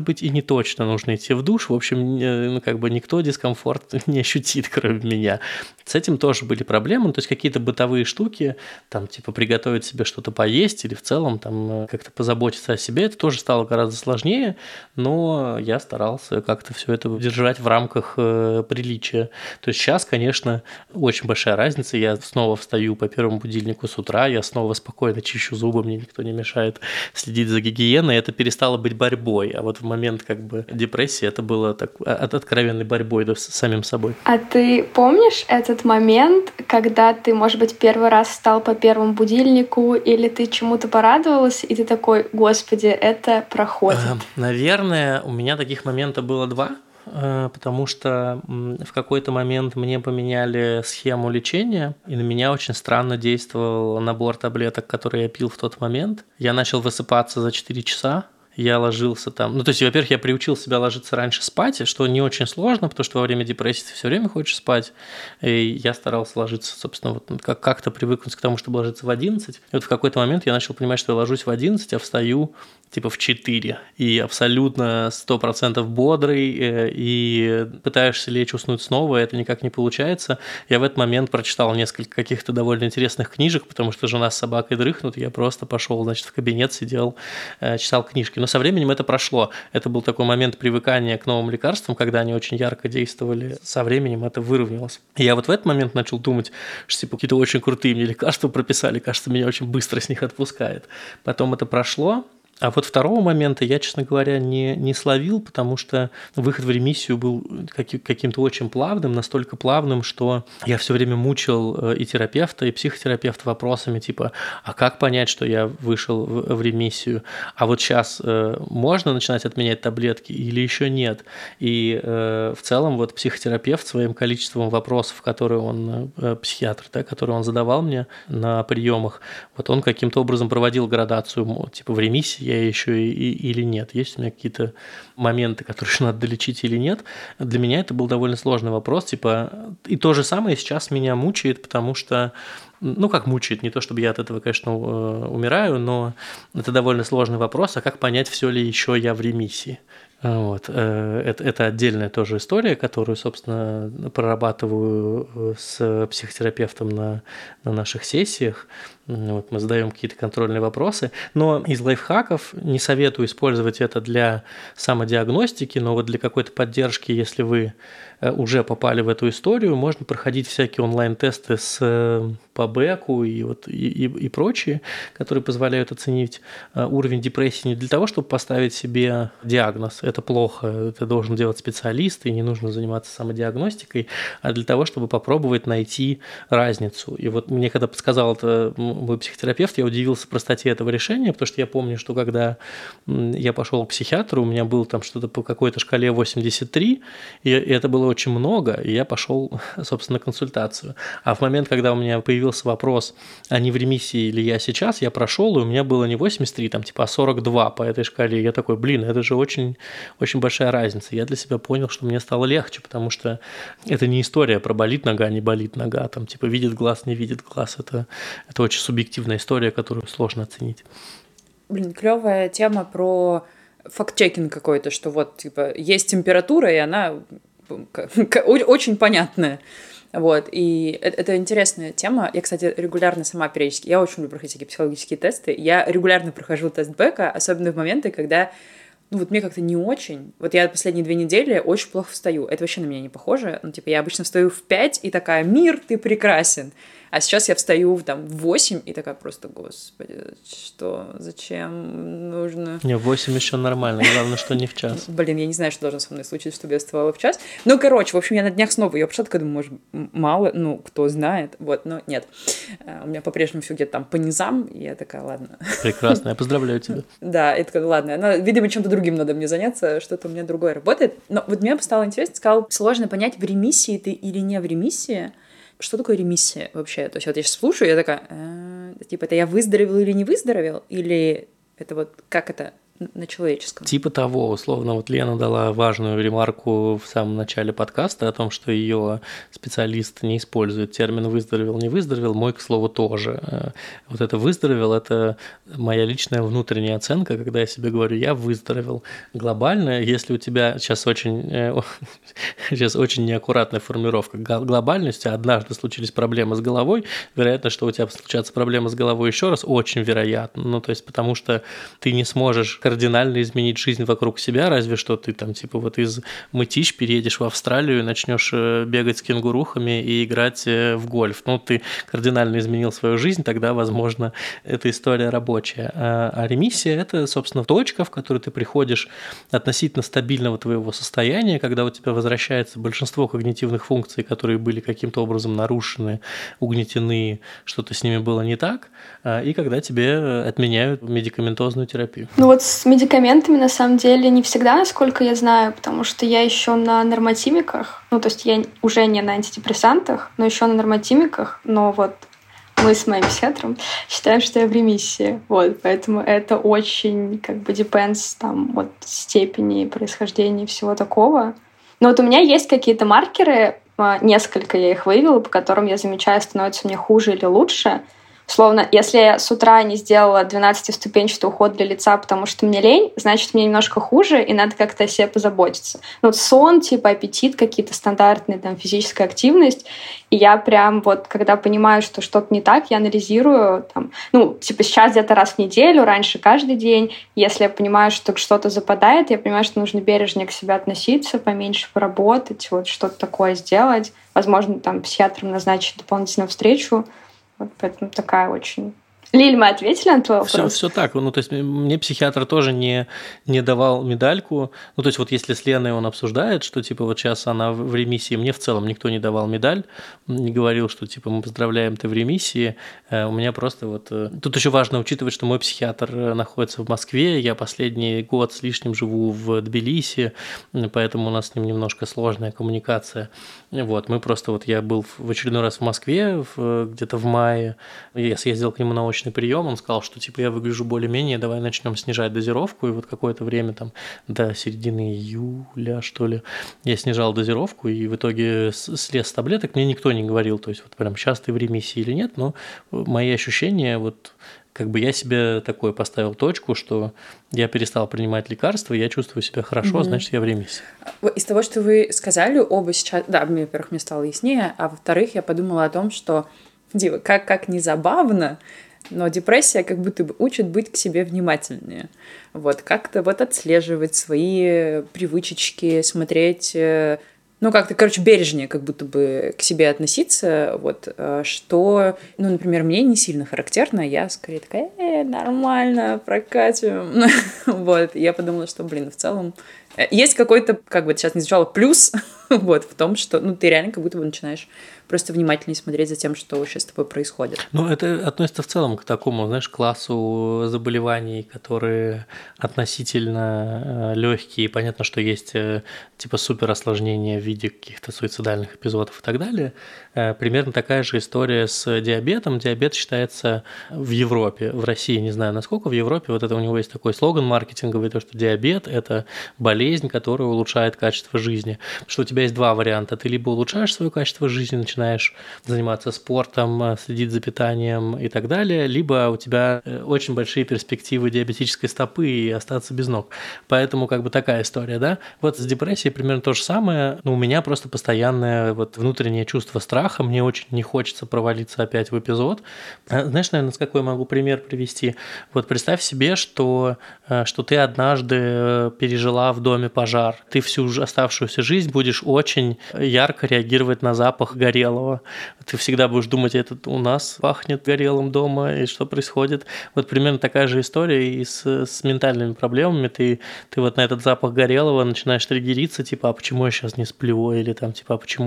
точно нужно идти в душ. В общем, ну, как бы никто дискомфорт не ощутит, кроме меня. С этим тоже были проблемы. То есть какие-то бытовые штуки, там, типа приготовить себе что-то поесть или в целом там как-то позаботиться о себе, это тоже стало гораздо сложнее, но я старался как-то все это держать в рамках приличия. То есть сейчас, конечно, очень большая разница. Я снова встаю по первому будильнику с утра, я снова спокойно чищу зубы, мне никто не мешает следить за гигиеной. Это перестало быть борьбой. А вот в момент как бы депрессии это было так, откровенной борьбой с самим собой. А ты помнишь этот момент, когда ты, может быть, первый раз встал по первому будильнику, или ты чему-то порадовалась, и ты такой: «Господи, это проходит»? Наверное, у меня таких моментов было 2, потому что в какой-то момент мне поменяли схему лечения, и на меня очень странно действовал набор таблеток, которые я пил в тот момент. Я начал высыпаться за 4 часа. Я ложился там. Ну, то есть, во-первых, я приучил себя ложиться раньше спать, что не очень сложно, потому что во время депрессии ты все время хочешь спать. И я старался ложиться, собственно, вот как-то привыкнуть к тому, чтобы ложиться в 11. И вот в какой-то момент я начал понимать, что я ложусь в 11, а встаю типа в 4. И абсолютно 100% бодрый, и пытаешься лечь, уснуть снова, и это никак не получается. Я в этот момент прочитал несколько каких-то довольно интересных книжек, потому что жена с собакой дрыхнут, я просто пошел, значит, в кабинет, сидел, читал книжки. Но со временем это прошло. Это был такой момент привыкания к новым лекарствам, когда они очень ярко действовали. Со временем это выровнялось. И я вот в этот момент начал думать, что типа какие-то очень крутые мне лекарства прописали, кажется, меня очень быстро с них отпускает. Потом это прошло. А вот второго момента я, честно говоря, не словил, потому что выход в ремиссию был каким-то очень плавным, настолько плавным, что я все время мучил и терапевта, и психотерапевта вопросами типа: а как понять, что я вышел в ремиссию? А вот сейчас можно начинать отменять таблетки или еще нет? И в целом вот психотерапевт своим количеством вопросов, которые он, психиатр, да, которые он задавал мне на приемах, вот он каким-то образом проводил градацию, типа в ремиссии я еще или нет, есть у меня какие-то моменты, которые еще надо долечить или нет. Для меня это был довольно сложный вопрос, типа, и то же самое сейчас меня мучает, потому что, ну, как мучает, не то чтобы я от этого, конечно, умираю, но это довольно сложный вопрос, а как понять, все ли еще я в ремиссии? Вот. Это отдельная тоже история, которую, собственно, прорабатываю с психотерапевтом на наших сессиях. Вот, мы задаем какие-то контрольные вопросы. Но из лайфхаков не советую использовать это для самодиагностики, но вот для какой-то поддержки, если вы уже попали в эту историю, можно проходить всякие онлайн-тесты по БЭКу и прочие, которые позволяют оценить уровень депрессии не для того, чтобы поставить себе диагноз. Это плохо, это должен делать специалист, и не нужно заниматься самодиагностикой, а для того, чтобы попробовать найти разницу. И вот мне когда подсказал это мой психотерапевт, я удивился простоте этого решения, потому что я помню, что когда я пошел к психиатру, у меня было там что-то по какой-то шкале 83, и это было очень много, и я пошел, собственно, на консультацию. А в момент, когда у меня появился вопрос, а не в ремиссии ли я сейчас, я прошел, и у меня было не 83, там, типа, а 42 по этой шкале. И я такой: блин, это же очень, очень большая разница. Я для себя понял, что мне стало легче, потому что это не история про болит нога, не болит нога, там, типа, видит глаз, не видит глаз. Это очень субъективная история, которую сложно оценить. Блин, клевая тема про факт-чекинг какой-то, что вот, типа, есть температура, и она очень понятная. Вот, и это интересная тема. Я, кстати, регулярно сама периодически, я очень люблю проходить всякие психологические тесты, я регулярно прохожу тест Бека, особенно в моменты, когда, ну, вот мне как-то не очень. Вот я последние 2 недели очень плохо встаю. Это вообще на меня не похоже. Ну, типа, я обычно встаю в 5 и такая: мир, ты прекрасен. А сейчас я встаю там в 8 и такая просто: господи, что, зачем нужно? Не, в 8 еще нормально, главное, что не в час. Блин, я не знаю, что должно со мной случиться, чтобы я вставала в час. Ну, короче, в общем, я на днях снова ее пришла, такая думаю, может, мало, ну, кто знает, вот, но нет. У меня по-прежнему все где-то там по низам, и я такая: ладно. Прекрасно, я поздравляю тебя. Да, это такая: ладно, видимо, чем-то другим надо мне заняться, что-то у меня другое работает. Но вот мне стало интересно, сказал, сложно понять, в ремиссии ты или не в ремиссии. Что такое ремиссия вообще? То есть вот я сейчас слушаю, я такая: типа, это я выздоровел или не выздоровел? Или это вот как это? на человеческом. Типа того, условно, вот Лена дала важную ремарку в самом начале подкаста о том, что ее специалист не использует термин «выздоровел», «не выздоровел». Мой, к слову, тоже. Вот это «выздоровел» – это моя личная внутренняя оценка, когда я себе говорю «я выздоровел». Глобально, если у тебя сейчас очень неаккуратная формулировка, глобально, если однажды случились проблемы с головой, вероятно, что у тебя случатся проблемы с головой еще раз, очень вероятно. Ну, то есть, потому что ты не сможешь кардинально изменить жизнь вокруг себя, разве что ты там типа вот из Мытищ переедешь в Австралию и начнешь бегать с кенгурухами и играть в гольф. Ну, ты кардинально изменил свою жизнь, тогда, возможно, эта история рабочая. А ремиссия – это, собственно, точка, в которую ты приходишь относительно стабильного твоего состояния, когда у тебя возвращается большинство когнитивных функций, которые были каким-то образом нарушены, угнетены, что-то с ними было не так, и когда тебе отменяют медикаментозную терапию. Ну вот с медикаментами на самом деле не всегда, насколько я знаю, потому что я еще на нормотимиках, ну то есть я уже не на антидепрессантах, но еще на нормотимиках, но вот мы с моим психиатром считаем, что я в ремиссии. Вот, поэтому это очень как бы depends там от степени происхождения и всего такого. Но вот у меня есть какие-то маркеры, несколько я их выявила, по которым я замечаю, становится мне хуже или лучше. Условно, если я с утра не сделала 12-ступенчатый уход для лица, потому что мне лень, значит, мне немножко хуже, и надо как-то о себе позаботиться. Ну, вот сон, типа аппетит, какие-то стандартные, там, физическая активность. И я прям вот, когда понимаю, что что-то не так, я анализирую, там, ну, типа сейчас где-то раз в неделю, раньше каждый день. Если я понимаю, что что-то западает, я понимаю, что нужно бережнее к себе относиться, поменьше поработать, вот что-то такое сделать. Возможно, там, психиатром назначить дополнительную встречу. Вот поэтому такая очень... Лиль, мы ответили на твой вопрос? Все так. Ну, то есть мне психиатр тоже не давал медальку. Ну, то есть вот если с Леной он обсуждает, что типа вот сейчас она в ремиссии, мне в целом никто не давал медаль, не говорил, что типа мы поздравляем, ты в ремиссии. У меня просто вот... Тут еще важно учитывать, что мой психиатр находится в Москве, я последний год с лишним живу в Тбилиси, поэтому у нас с ним немножко сложная коммуникация. Вот, мы просто вот я был в очередной раз в Москве где-то в мае, я съездил к нему на очный прием, он сказал, что типа я выгляжу более-менее, давай начнем снижать дозировку, и вот какое-то время там до середины июля, что ли, я снижал дозировку, и в итоге слез с таблеток, мне никто не говорил, то есть вот прям сейчас ты в ремиссии или нет, но мои ощущения вот как бы я себе такое поставил точку, что я перестал принимать лекарства, я чувствую себя хорошо, значит, я в ремиссии. Из того, что вы сказали, оба сейчас... Да, во-первых, мне стало яснее, а во-вторых, я подумала о том, что, Дива, как не забавно, но депрессия как будто бы учит быть к себе внимательнее. Вот, как-то вот отслеживать свои привычечки, смотреть... Ну, как-то, короче, бережнее как будто бы к себе относиться, вот, что, ну, например, мне не сильно характерно, я скорее такая, нормально, прокатим, вот, я подумала, что, блин, в целом есть какой-то, как бы это сейчас не звучало, плюс, вот, в том, что, ну, ты реально как будто бы начинаешь просто внимательнее смотреть за тем, что сейчас с тобой происходит. Ну, это относится в целом к такому, знаешь, классу заболеваний, которые относительно легкие. Понятно, что есть типа суперосложнения в виде каких-то суицидальных эпизодов и так далее. Примерно такая же история с диабетом. Диабет считается в Европе, в России, не знаю, насколько в Европе, вот это у него есть такой слоган маркетинговый, то, что диабет – это болезнь, которая улучшает качество жизни. Потому что у тебя есть два варианта. Ты либо улучшаешь свое качество жизни, начинаешь заниматься спортом, следить за питанием и так далее, либо у тебя очень большие перспективы диабетической стопы и остаться без ног. Поэтому как бы такая история, да? Вот с депрессией примерно то же самое, но у меня просто постоянное вот внутреннее чувство страха, мне очень не хочется провалиться опять в эпизод. Знаешь, наверное, с какой я могу пример привести? Вот представь себе, что ты однажды пережила в доме пожар, ты всю оставшуюся жизнь будешь очень ярко реагировать на запах горелого. Ты всегда будешь думать, это у нас пахнет горелым дома, и что происходит. Вот примерно такая же история и с ментальными проблемами. Ты вот на этот запах горелого начинаешь триггериться, типа, а почему я сейчас не сплю? Или там, типа, а почему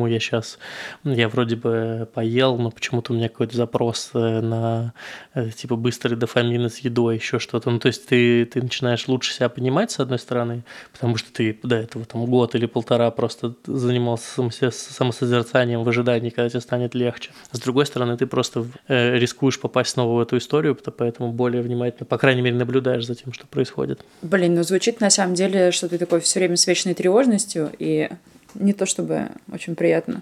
я вроде бы поел, но почему-то у меня какой-то запрос на, типа, быстрый дофамин с едой, еще что-то. Ну, то есть ты начинаешь лучше себя понимать, с одной стороны, потому что ты до этого там год или полтора просто занимался самосозерцанием в ожидании, когда тебе станет легче. С другой стороны, ты просто рискуешь попасть снова в эту историю, поэтому более внимательно, по крайней мере, наблюдаешь за тем, что происходит. Блин, ну звучит на самом деле, что ты такой все время с вечной тревожностью, и не то чтобы очень приятно.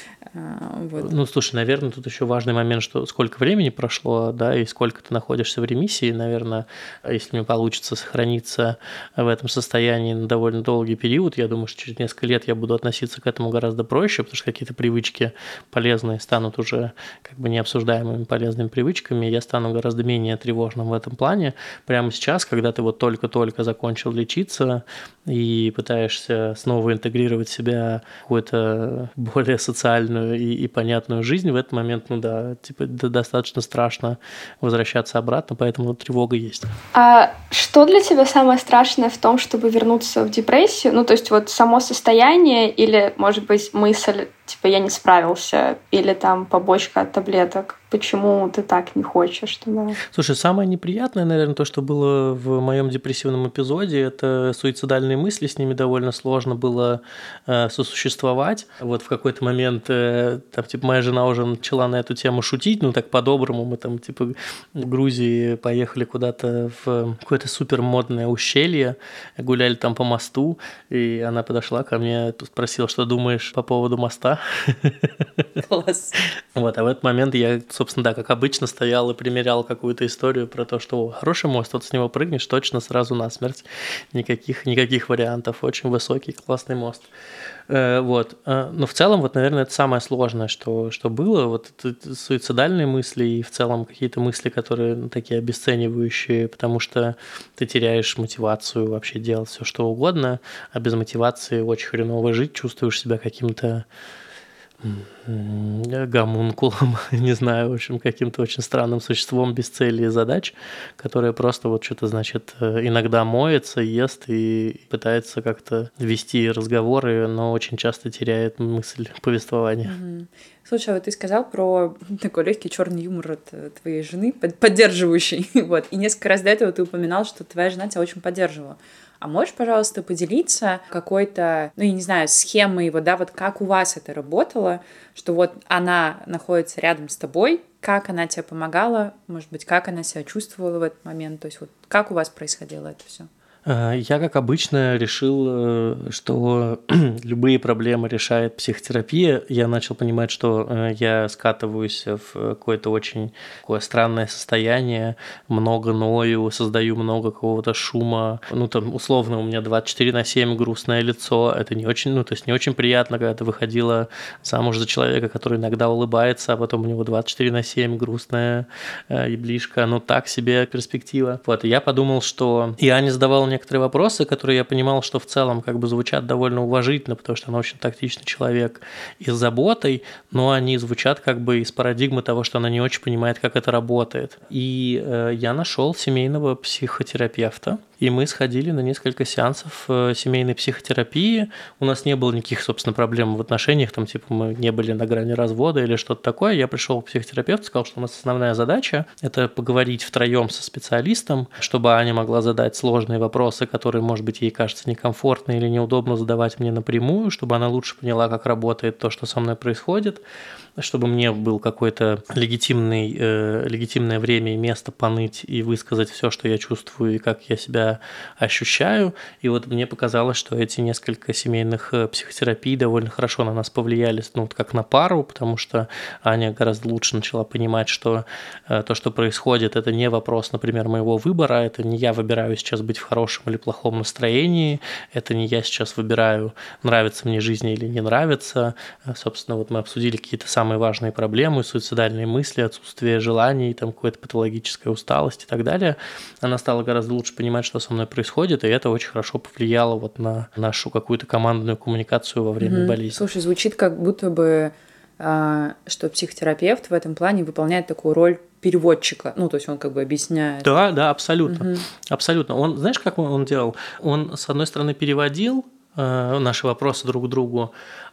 Вот. Ну, слушай, наверное, тут еще важный момент, что сколько времени прошло, да, и сколько ты находишься в ремиссии, наверное, если мне получится сохраниться в этом состоянии на довольно долгий период, я думаю, что через несколько лет я буду относиться к этому гораздо проще, потому что какие-то привычки полезные станут уже как бы необсуждаемыми полезными привычками, и я стану гораздо менее тревожным в этом плане. Прямо сейчас, когда ты вот только-только закончил лечиться и пытаешься снова интегрировать в себя какую-то более социальную и понятную жизнь, в этот момент, ну да, типа достаточно страшно возвращаться обратно, поэтому тревога есть. А что для тебя самое страшное в том, чтобы вернуться в депрессию? Ну, то есть вот само состояние или, может быть, мысль, типа, я не справился, или там побочка от таблеток? Почему ты так не хочешь туда? Слушай, самое неприятное, наверное, то, что было в моем депрессивном эпизоде, это суицидальные мысли, с ними довольно сложно было сосуществовать. Вот в какой-то момент там, типа, моя жена уже начала на эту тему шутить, ну так по-доброму, мы там типа в Грузии поехали куда-то в какое-то супер модное ущелье, гуляли там по мосту, и она подошла ко мне, спросила, что думаешь по поводу моста. Класс. Вот, а в этот момент я, собственно, да, как обычно, стоял и примерял какую-то историю про то, что хороший мост, вот с него прыгнешь точно сразу насмерть. Никаких вариантов. Очень высокий, классный мост. Вот. Но в целом, вот, наверное, это самое сложное, что было. Вот это суицидальные мысли и в целом какие-то мысли, которые такие обесценивающие, потому что ты теряешь мотивацию вообще делать все, что угодно, а без мотивации очень хреново жить, чувствуешь себя каким-то гомункулом, не знаю, в общем, каким-то очень странным существом без цели и задач, которое просто вот что-то, значит, иногда моется, ест и пытается как-то вести разговоры, но очень часто теряет мысль повествования. Слушай, а вот ты сказал про такой легкий черный юмор от твоей жены, поддерживающий, вот, и несколько раз до этого ты упоминал, что твоя жена тебя очень поддерживала. А можешь, пожалуйста, поделиться какой-то, ну, я не знаю, схемой, вот, да, вот как у вас это работало, что вот она находится рядом с тобой, как она тебе помогала, может быть, как она себя чувствовала в этот момент, то есть вот как у вас происходило это все? Я, как обычно, решил, что любые проблемы решает психотерапия. Я начал понимать, что я скатываюсь в какое-то очень такое странное состояние, много ною, создаю много какого-то шума. Ну, там, условно, у меня 24/7 грустное лицо. Это не очень, ну, то есть не очень приятно, когда ты выходила замуж за человека, который иногда улыбается, а потом у него 24/7 грустная еблишка. Ну, так себе перспектива. Вот, и я подумал, что я не задавал некоторые вопросы, которые я понимал, что в целом как бы звучат довольно уважительно, потому что она очень тактичный человек и с заботой, но они звучат как бы из парадигмы того, что она не очень понимает, как это работает. И я нашел семейного психотерапевта, и мы сходили на несколько сеансов семейной психотерапии. У нас не было никаких, собственно, проблем в отношениях, там, типа, мы не были на грани развода или что-то такое. Я пришел к психотерапевту, сказал, что у нас основная задача – это поговорить втроем со специалистом, чтобы Аня могла задать сложные вопросы, которые, может быть, ей кажется некомфортно или неудобно задавать мне напрямую, чтобы она лучше поняла, как работает то, что со мной происходит, чтобы мне был какое-то легитимное время и место поныть и высказать все, что я чувствую и как я себя ощущаю. И вот мне показалось, что эти несколько семейных психотерапий довольно хорошо на нас повлияли, ну, вот как на пару, потому что Аня гораздо лучше начала понимать, что то, что происходит, это не вопрос, например, моего выбора, это не я выбираю сейчас быть в хорошем или плохом настроении, это не я сейчас выбираю, нравится мне жизнь или не нравится. Собственно, вот мы обсудили какие-то самые важные проблемы, суицидальные мысли, отсутствие желаний, там какая-то патологическая усталость и так далее. Она стала гораздо лучше понимать, что со мной происходит, и это очень хорошо повлияло вот на нашу какую-то командную коммуникацию во время болезни. Слушай, звучит как будто бы, что психотерапевт в этом плане выполняет такую роль переводчика, ну, то есть он как бы объясняет. Да, абсолютно. Абсолютно. Он, знаешь, как он делал? Он, с одной стороны, переводил наши вопросы друг к другу,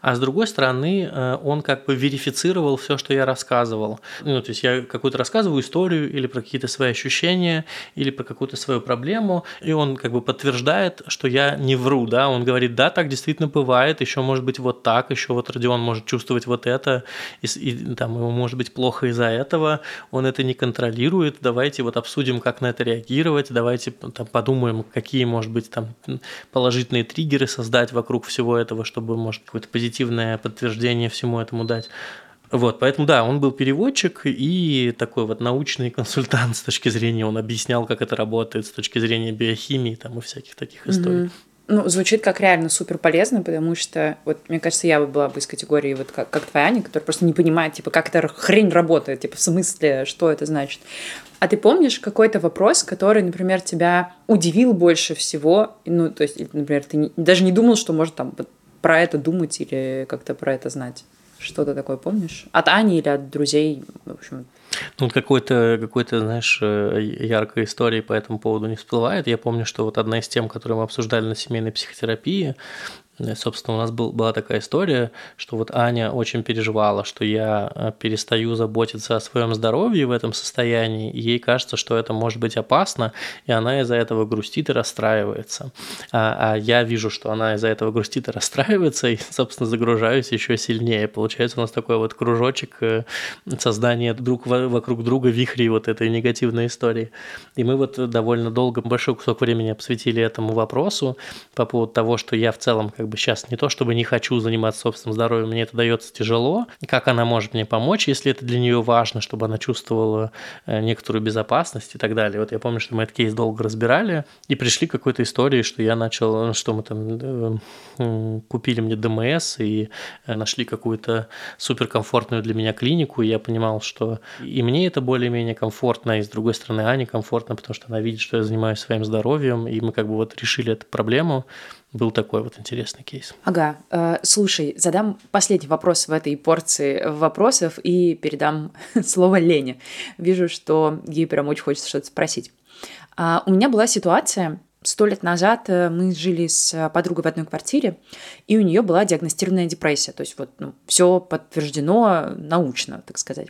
а с другой стороны, он как бы верифицировал все, что я рассказывал. Ну, то есть я какую-то рассказываю историю или про какие-то свои ощущения, или про какую-то свою проблему, и он как бы подтверждает, что я не вру, да, он говорит, да, так действительно бывает, еще может быть вот так, еще вот Родион может чувствовать вот это, и там ему может быть плохо из-за этого, он это не контролирует, давайте вот обсудим, как на это реагировать, давайте там подумаем, какие, может быть, там положительные триггеры создать вокруг всего этого, чтобы, может, какое-то позитивное подтверждение всему этому дать. Вот, поэтому, да, он был переводчик и такой вот научный консультант с точки зрения, он объяснял, как это работает с точки зрения биохимии там и всяких таких историй. Ну, звучит как реально супер полезно, потому что, вот, мне кажется, я бы была бы из категории, вот как твоя Аня, которая просто не понимает, типа, как эта хрень работает, типа, в смысле, что это значит. А ты помнишь какой-то вопрос, который, например, тебя удивил больше всего? Ну, то есть, например, ты даже не думал, что может там про это думать или как-то про это знать? Что-то такое помнишь? От Ани или от друзей, в общем? Ну, какой-то, знаешь, яркой истории по этому поводу не всплывает. Я помню, что вот одна из тем, которую мы обсуждали на семейной психотерапии, собственно, у нас была такая история, что вот Аня очень переживала, что я перестаю заботиться о своем здоровье в этом состоянии, и ей кажется, что это может быть опасно, и она из-за этого грустит и расстраивается. А я вижу, что она из-за этого грустит и расстраивается, и, собственно, загружаюсь еще сильнее. Получается у нас такой вот кружочек создания друг вокруг друга вихрей вот этой негативной истории. И мы вот довольно долго, большой кусок времени посвятили этому вопросу по поводу того, что я в целом как бы сейчас не то чтобы не хочу заниматься собственным здоровьем, мне это дается тяжело, как она может мне помочь, если это для нее важно, чтобы она чувствовала некоторую безопасность и так далее. Вот я помню, что мы этот кейс долго разбирали и пришли к какой-то истории, что я начал, что мы там купили мне ДМС и нашли какую-то суперкомфортную для меня клинику, и я понимал, что и мне это более-менее комфортно, и с другой стороны Ане комфортно, потому что она видит, что я занимаюсь своим здоровьем, и мы как бы вот решили эту проблему. Был такой вот интересный кейс. Ага. Слушай, задам последний вопрос в этой порции вопросов и передам слово Лене. Вижу, что ей прям очень хочется что-то спросить. У меня была ситуация, 100 лет назад мы жили с подругой в одной квартире, и у нее была диагностированная депрессия. То есть вот все подтверждено научно, так сказать.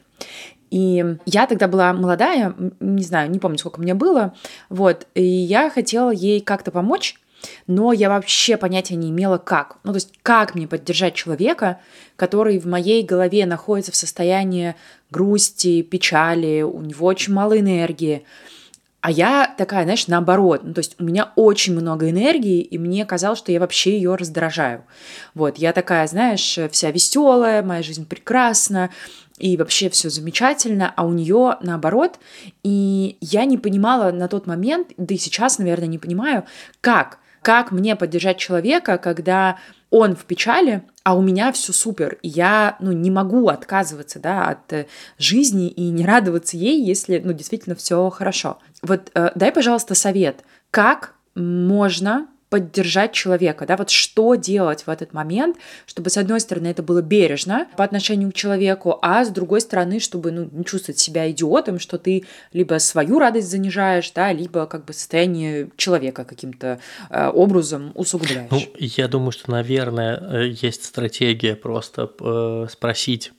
И я тогда была молодая, не знаю, не помню, сколько мне было, вот, и я хотела ей как-то помочь, но я вообще понятия не имела, как. Ну, то есть, как мне поддержать человека, который в моей голове находится в состоянии грусти, печали, у него очень мало энергии. А я такая, знаешь, наоборот. Ну, то есть, у меня очень много энергии, и мне казалось, что я вообще ее раздражаю. Вот, я такая, знаешь, вся веселая, моя жизнь прекрасна, и вообще все замечательно, а у нее наоборот. И я не понимала на тот момент, да и сейчас, наверное, не понимаю, как мне поддержать человека, когда он в печали, а у меня все супер, и я не могу отказываться, да, от жизни и не радоваться ей, если действительно все хорошо. Вот дай, пожалуйста, совет, как можно поддержать человека, да, вот что делать в этот момент, чтобы, с одной стороны, это было бережно по отношению к человеку, а с другой стороны, чтобы, не чувствовать себя идиотом, что ты либо свою радость занижаешь, да, либо как бы состояние человека каким-то образом усугубляешь. Ну, я думаю, что, наверное, есть стратегия просто спросить,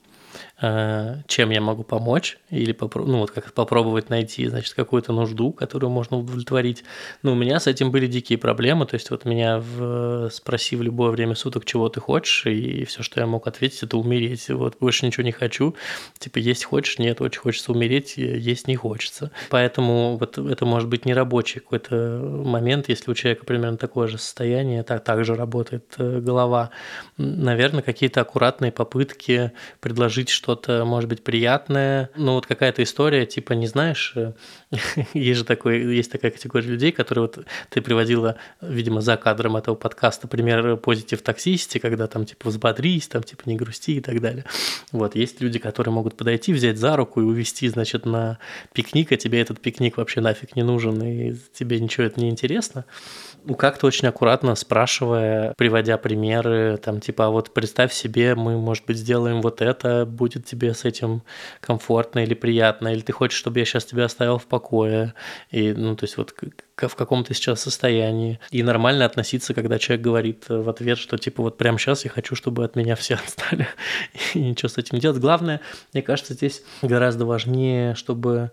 чем я могу помочь, или как попробовать найти, значит, какую-то нужду, которую можно удовлетворить. Но у меня с этим были дикие проблемы, то есть вот меня спроси в любое время суток, чего ты хочешь, и все, что я мог ответить, это умереть. Вот больше ничего не хочу. Типа есть хочешь? Нет, очень хочется умереть, есть не хочется. Поэтому вот это может быть не рабочий какой-то момент, если у человека примерно такое же состояние, так же работает голова. Наверное, какие-то аккуратные попытки предложить что-то, может быть, приятное. Ну, вот какая-то история, типа, не знаешь, есть такая категория людей, которые вот ты приводила, видимо, за кадром этого подкаста, пример позитив токсисти, когда там, типа, взбодрись, там, типа, не грусти и так далее. Вот, есть люди, которые могут подойти, взять за руку и увести, значит, на пикник, а тебе этот пикник вообще нафиг не нужен, и тебе ничего это не интересно. Как-то очень аккуратно спрашивая, приводя примеры, там, типа, а вот представь себе, мы, может быть, сделаем вот это, будет тебе с этим комфортно или приятно, или ты хочешь, чтобы я сейчас тебя оставил в покое, и, то есть вот в каком ты сейчас состоянии. И нормально относиться, когда человек говорит в ответ, что типа вот прямо сейчас я хочу, чтобы от меня все отстали. И ничего с этим не делать. Главное, мне кажется, здесь гораздо важнее, чтобы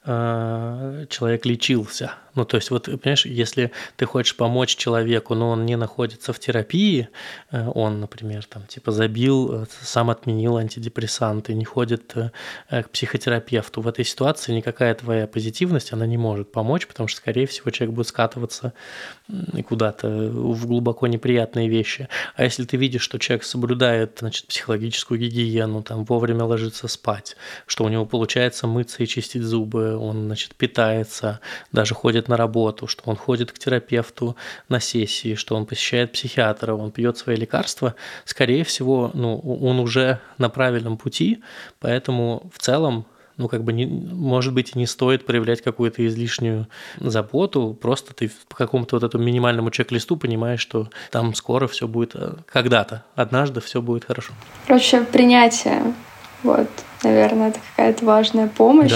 человек лечился. Ну, то есть, вот, понимаешь, если ты хочешь помочь человеку, но он не находится в терапии, он, например, там, типа, забил, сам отменил антидепрессанты, не ходит к психотерапевту, в этой ситуации никакая твоя позитивность, она не может помочь, потому что, скорее всего, человек будет скатываться куда-то в глубоко неприятные вещи. А если ты видишь, что человек соблюдает, значит, психологическую гигиену, там, вовремя ложится спать, что у него получается мыться и чистить зубы, он, значит, питается, даже ходит на работу, что он ходит к терапевту на сессии, что он посещает психиатра, он пьет свои лекарства, скорее всего, ну, он уже на правильном пути, поэтому в целом, ну, как бы, может быть, и не стоит проявлять какую-то излишнюю заботу, просто ты по какому-то вот этому минимальному чек-листу понимаешь, что там скоро все будет, когда-то, однажды все будет хорошо. Короче, принятие, вот, наверное, это какая-то важная помощь.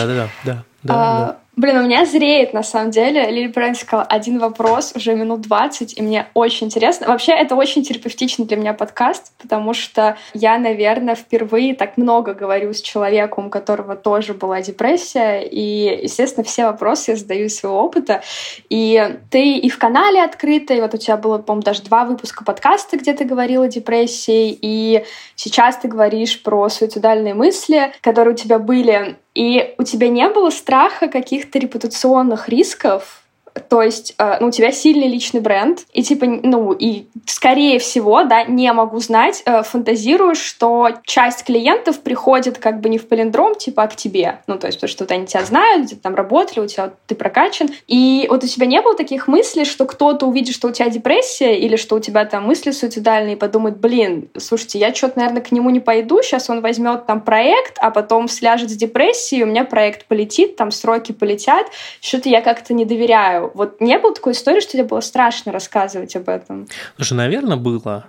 Да. Блин, у меня зреет, на самом деле. Лили правильно сказала, один вопрос, уже минут 20, и мне очень интересно. Вообще, это очень терапевтичный для меня подкаст, потому что я, наверное, впервые так много говорю с человеком, у которого тоже была депрессия, и, естественно, все вопросы я задаю из своего опыта. И ты и в канале открыта, и вот у тебя было, по-моему, даже 2 выпуска подкаста, где ты говорила о депрессии, и сейчас ты говоришь про суицидальные мысли, которые у тебя были. И у тебя не было страха каких-то репутационных рисков? То есть, у тебя сильный личный бренд, и типа, и скорее всего, да, не могу знать, фантазируешь, что часть клиентов приходит как бы не в палиндром, типа, а к тебе. Ну, то есть, потому что вот они тебя знают, где-то там работали, у тебя ты прокачан. И вот у тебя не было таких мыслей, что кто-то увидит, что у тебя депрессия, или что у тебя там мысли суицидальные, и подумает, блин, слушайте, я что-то, наверное, к нему не пойду, сейчас он возьмет там проект, а потом сляжет с депрессией, у меня проект полетит, там сроки полетят, что-то я как-то не доверяю. Вот не было такой истории, что тебе было страшно рассказывать об этом? Слушай, наверное, было.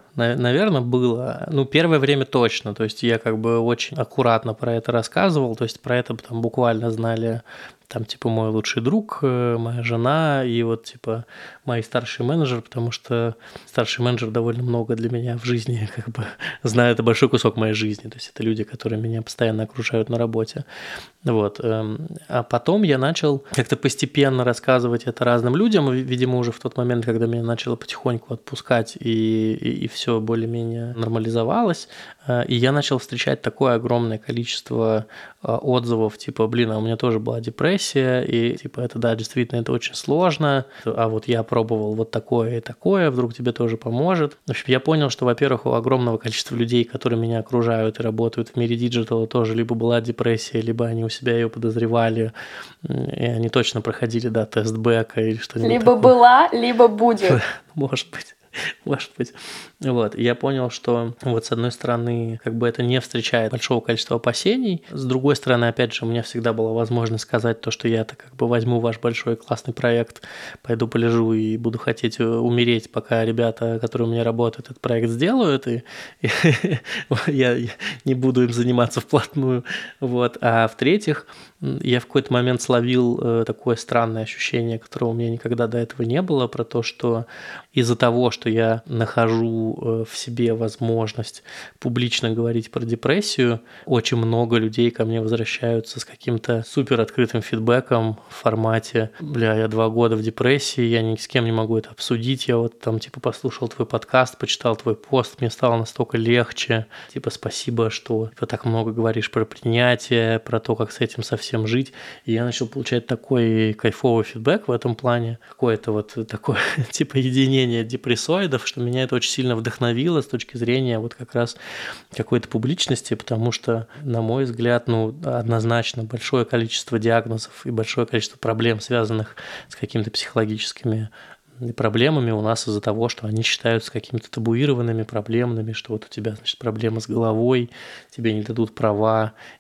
Ну, первое время точно. То есть я как бы очень аккуратно про это рассказывал. То есть про это там буквально знали там, типа, мой лучший друг, моя жена и вот, типа, мой старший менеджер, потому что старший менеджер довольно много для меня в жизни, как бы, знает, это большой кусок моей жизни, то есть это люди, которые меня постоянно окружают на работе, вот. А потом я начал как-то постепенно рассказывать это разным людям, видимо, уже в тот момент, когда меня начало потихоньку отпускать и все более-менее нормализовалось, и я начал встречать такое огромное количество отзывов, типа, блин, а у меня тоже была депрессия, и, типа, это, да, действительно, это очень сложно, а вот я пробовал вот такое и такое, вдруг тебе тоже поможет. В общем, я понял, что, во-первых, у огромного количества людей, которые меня окружают и работают в мире диджитала, тоже либо была депрессия, либо они у себя ее подозревали, и они точно проходили, да, тест Бека или что-нибудь либо такое. Была, либо будет. Может быть. Вот, и я понял, что вот с одной стороны, как бы это не встречает большого количества опасений, с другой стороны, опять же, у меня всегда была возможность сказать то, что я-то как бы возьму ваш большой классный проект, пойду полежу и буду хотеть умереть, пока ребята, которые у меня работают, этот проект сделают, и я не буду им заниматься вплотную, вот. А в-третьих, я в какой-то момент словил такое странное ощущение, которого у меня никогда до этого не было, про то, что из-за того, что я нахожу в себе возможность публично говорить про депрессию, очень много людей ко мне возвращаются с каким-то супер открытым фидбэком в формате: бля, я 2 года в депрессии, я ни с кем не могу это обсудить, я вот там типа послушал твой подкаст, почитал твой пост, мне стало настолько легче, типа спасибо, что ты так много говоришь про принятие, про то, как с этим совсем жить, и я начал получать такой кайфовый фидбэк в этом плане, какое-то вот такое типа единение депрессоидов, что меня это очень сильно вдохновило с точки зрения вот как раз какой-то публичности, потому что, на мой взгляд, однозначно большое количество диагнозов и большое количество проблем, связанных с какими-то психологическими проблемами у нас из-за того, что они считаются какими-то табуированными, проблемными, что вот у тебя, значит, проблема с головой, тебе не дадут права,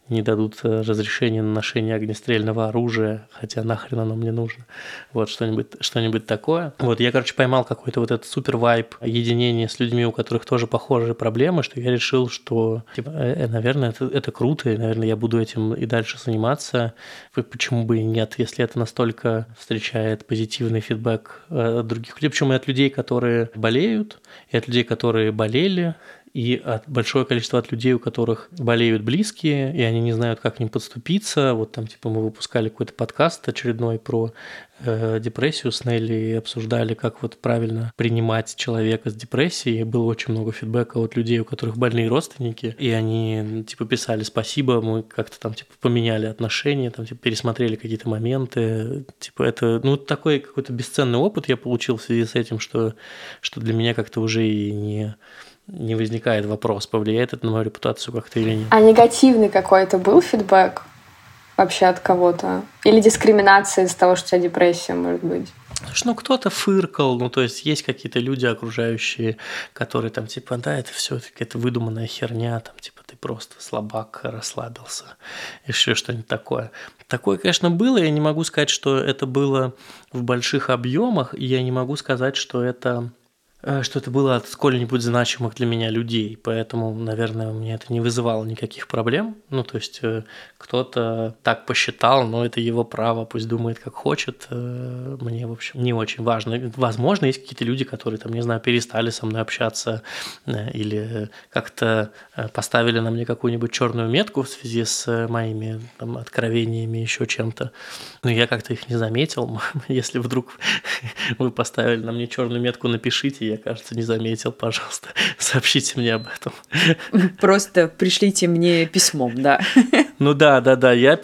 не дадут разрешения на ношение огнестрельного оружия, хотя нахрен оно мне нужно. Вот что-нибудь такое. Вот я, поймал какой-то вот этот супер вайб единения с людьми, у которых тоже похожие проблемы, что я решил, что, наверное, это круто, и, наверное, я буду этим и дальше заниматься. Почему бы и нет, если это настолько встречает позитивный фидбэк от других людей, причем и от людей, которые болеют, и от людей, которые болели, и большое количество от людей, у которых болеют близкие, и они не знают, как к ним подступиться. Вот там, мы выпускали какой-то подкаст очередной про депрессию с Нелли и обсуждали, как вот правильно принимать человека с депрессией. И было очень много фидбэка от людей, у которых больные родственники, и они, писали спасибо, мы как-то там, поменяли отношения, там, пересмотрели какие-то моменты. Это, такой какой-то бесценный опыт я получил в связи с этим, что для меня как-то уже и не возникает вопрос, повлияет это на мою репутацию как-то или нет. А негативный какой-то был фидбэк вообще от кого-то? Или дискриминация из-за того, что у тебя депрессия, может быть? Кто-то фыркал, то есть есть какие-то люди окружающие, которые там, да, это все какая-то выдуманная херня, там, ты просто слабак, расслабился, еще что-нибудь такое. Такое, конечно, было, я не могу сказать, что это было в больших объемах, и я не могу сказать, что это было от сколь-нибудь значимых для меня людей, поэтому, наверное, у меня это не вызывало никаких проблем. То есть кто-то так посчитал, но это его право, пусть думает, как хочет. Мне, в общем, не очень важно. Возможно, есть какие-то люди, которые, там, не знаю, перестали со мной общаться или как-то поставили на мне какую-нибудь черную метку в связи с моими там откровениями, еще чем-то. Но я как-то их не заметил. Если вдруг вы поставили на мне черную метку, напишите, я, кажется, не заметил, пожалуйста, сообщите мне об этом. Просто пришлите мне письмом, да. Я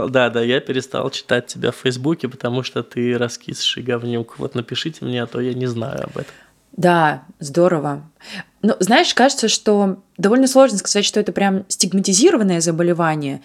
перестал читать тебя в Фейсбуке, потому что ты раскисший говнюк. Вот напишите мне, а то я не знаю об этом. Да, здорово. Знаешь, кажется, что довольно сложно сказать, что это прям стигматизированное заболевание,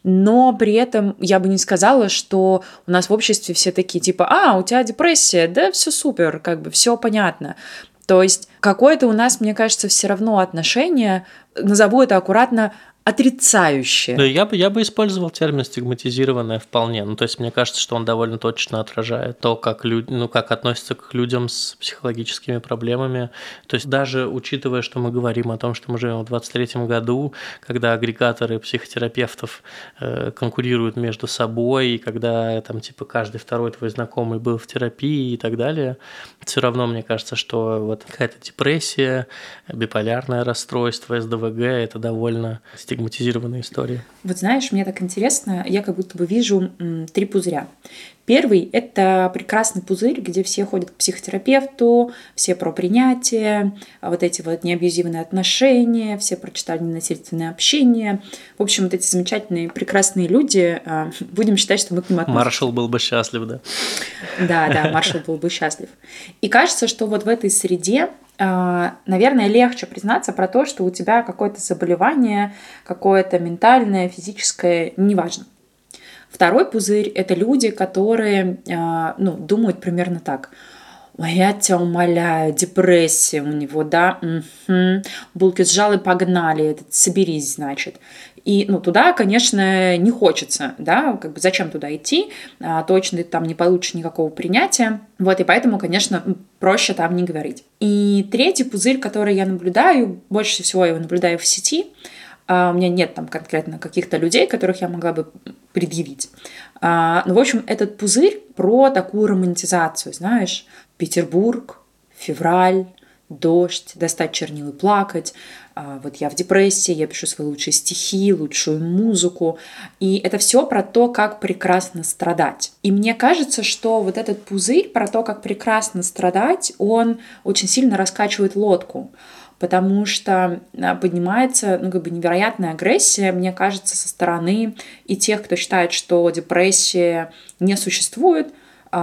но при этом я бы не сказала, что у нас в обществе все такие, у тебя депрессия, да, все супер, все понятно. То есть какое-то у нас, мне кажется, все равно отношение, назову это аккуратно, отрицающее. Да, я бы использовал термин «стигматизированное» вполне. То есть мне кажется, что он довольно точно отражает то, как как относятся к людям с психологическими проблемами. То есть даже учитывая, что мы говорим о том, что мы живем в 23-м году, когда агрегаторы психотерапевтов конкурируют между собой, и когда там каждый второй твой знакомый был в терапии и так далее, все равно мне кажется, что вот какая-то депрессия, биполярное расстройство, СДВГ – это довольно стигматизированная история. Вот знаешь, мне так интересно, я как будто бы вижу 3 пузыря. Первый – это прекрасный пузырь, где все ходят к психотерапевту, все про принятие, вот эти вот неабьюзивные отношения, все прочитали ненасильственное общение. В общем, вот эти замечательные, прекрасные люди, будем считать, что мы к ним относимся. Маршал был бы счастлив, да? Да, Маршал был бы счастлив. И кажется, что вот в этой среде, наверное, легче признаться про то, что у тебя какое-то заболевание, какое-то ментальное, физическое, неважно. Второй пузырь – это люди, которые думают примерно так. Ой, я тебя умоляю, депрессия у него, да? Угу. Булки сжал и погнали, соберись, значит. И туда, конечно, не хочется, да, зачем туда идти, точно ты там не получишь никакого принятия, вот, и поэтому, конечно, проще там не говорить. И третий пузырь, который я наблюдаю, больше всего я его наблюдаю в сети, у меня нет там конкретно каких-то людей, которых я могла бы предъявить. В общем, этот пузырь про такую романтизацию, знаешь, Петербург, февраль, дождь, достать чернил и плакать. Вот я в депрессии, я пишу свои лучшие стихи, лучшую музыку. И это все про то, как прекрасно страдать. И мне кажется, что вот этот пузырь про то, как прекрасно страдать, он очень сильно раскачивает лодку. Потому что поднимается невероятная агрессия, мне кажется, со стороны и тех, кто считает, что депрессия не существует,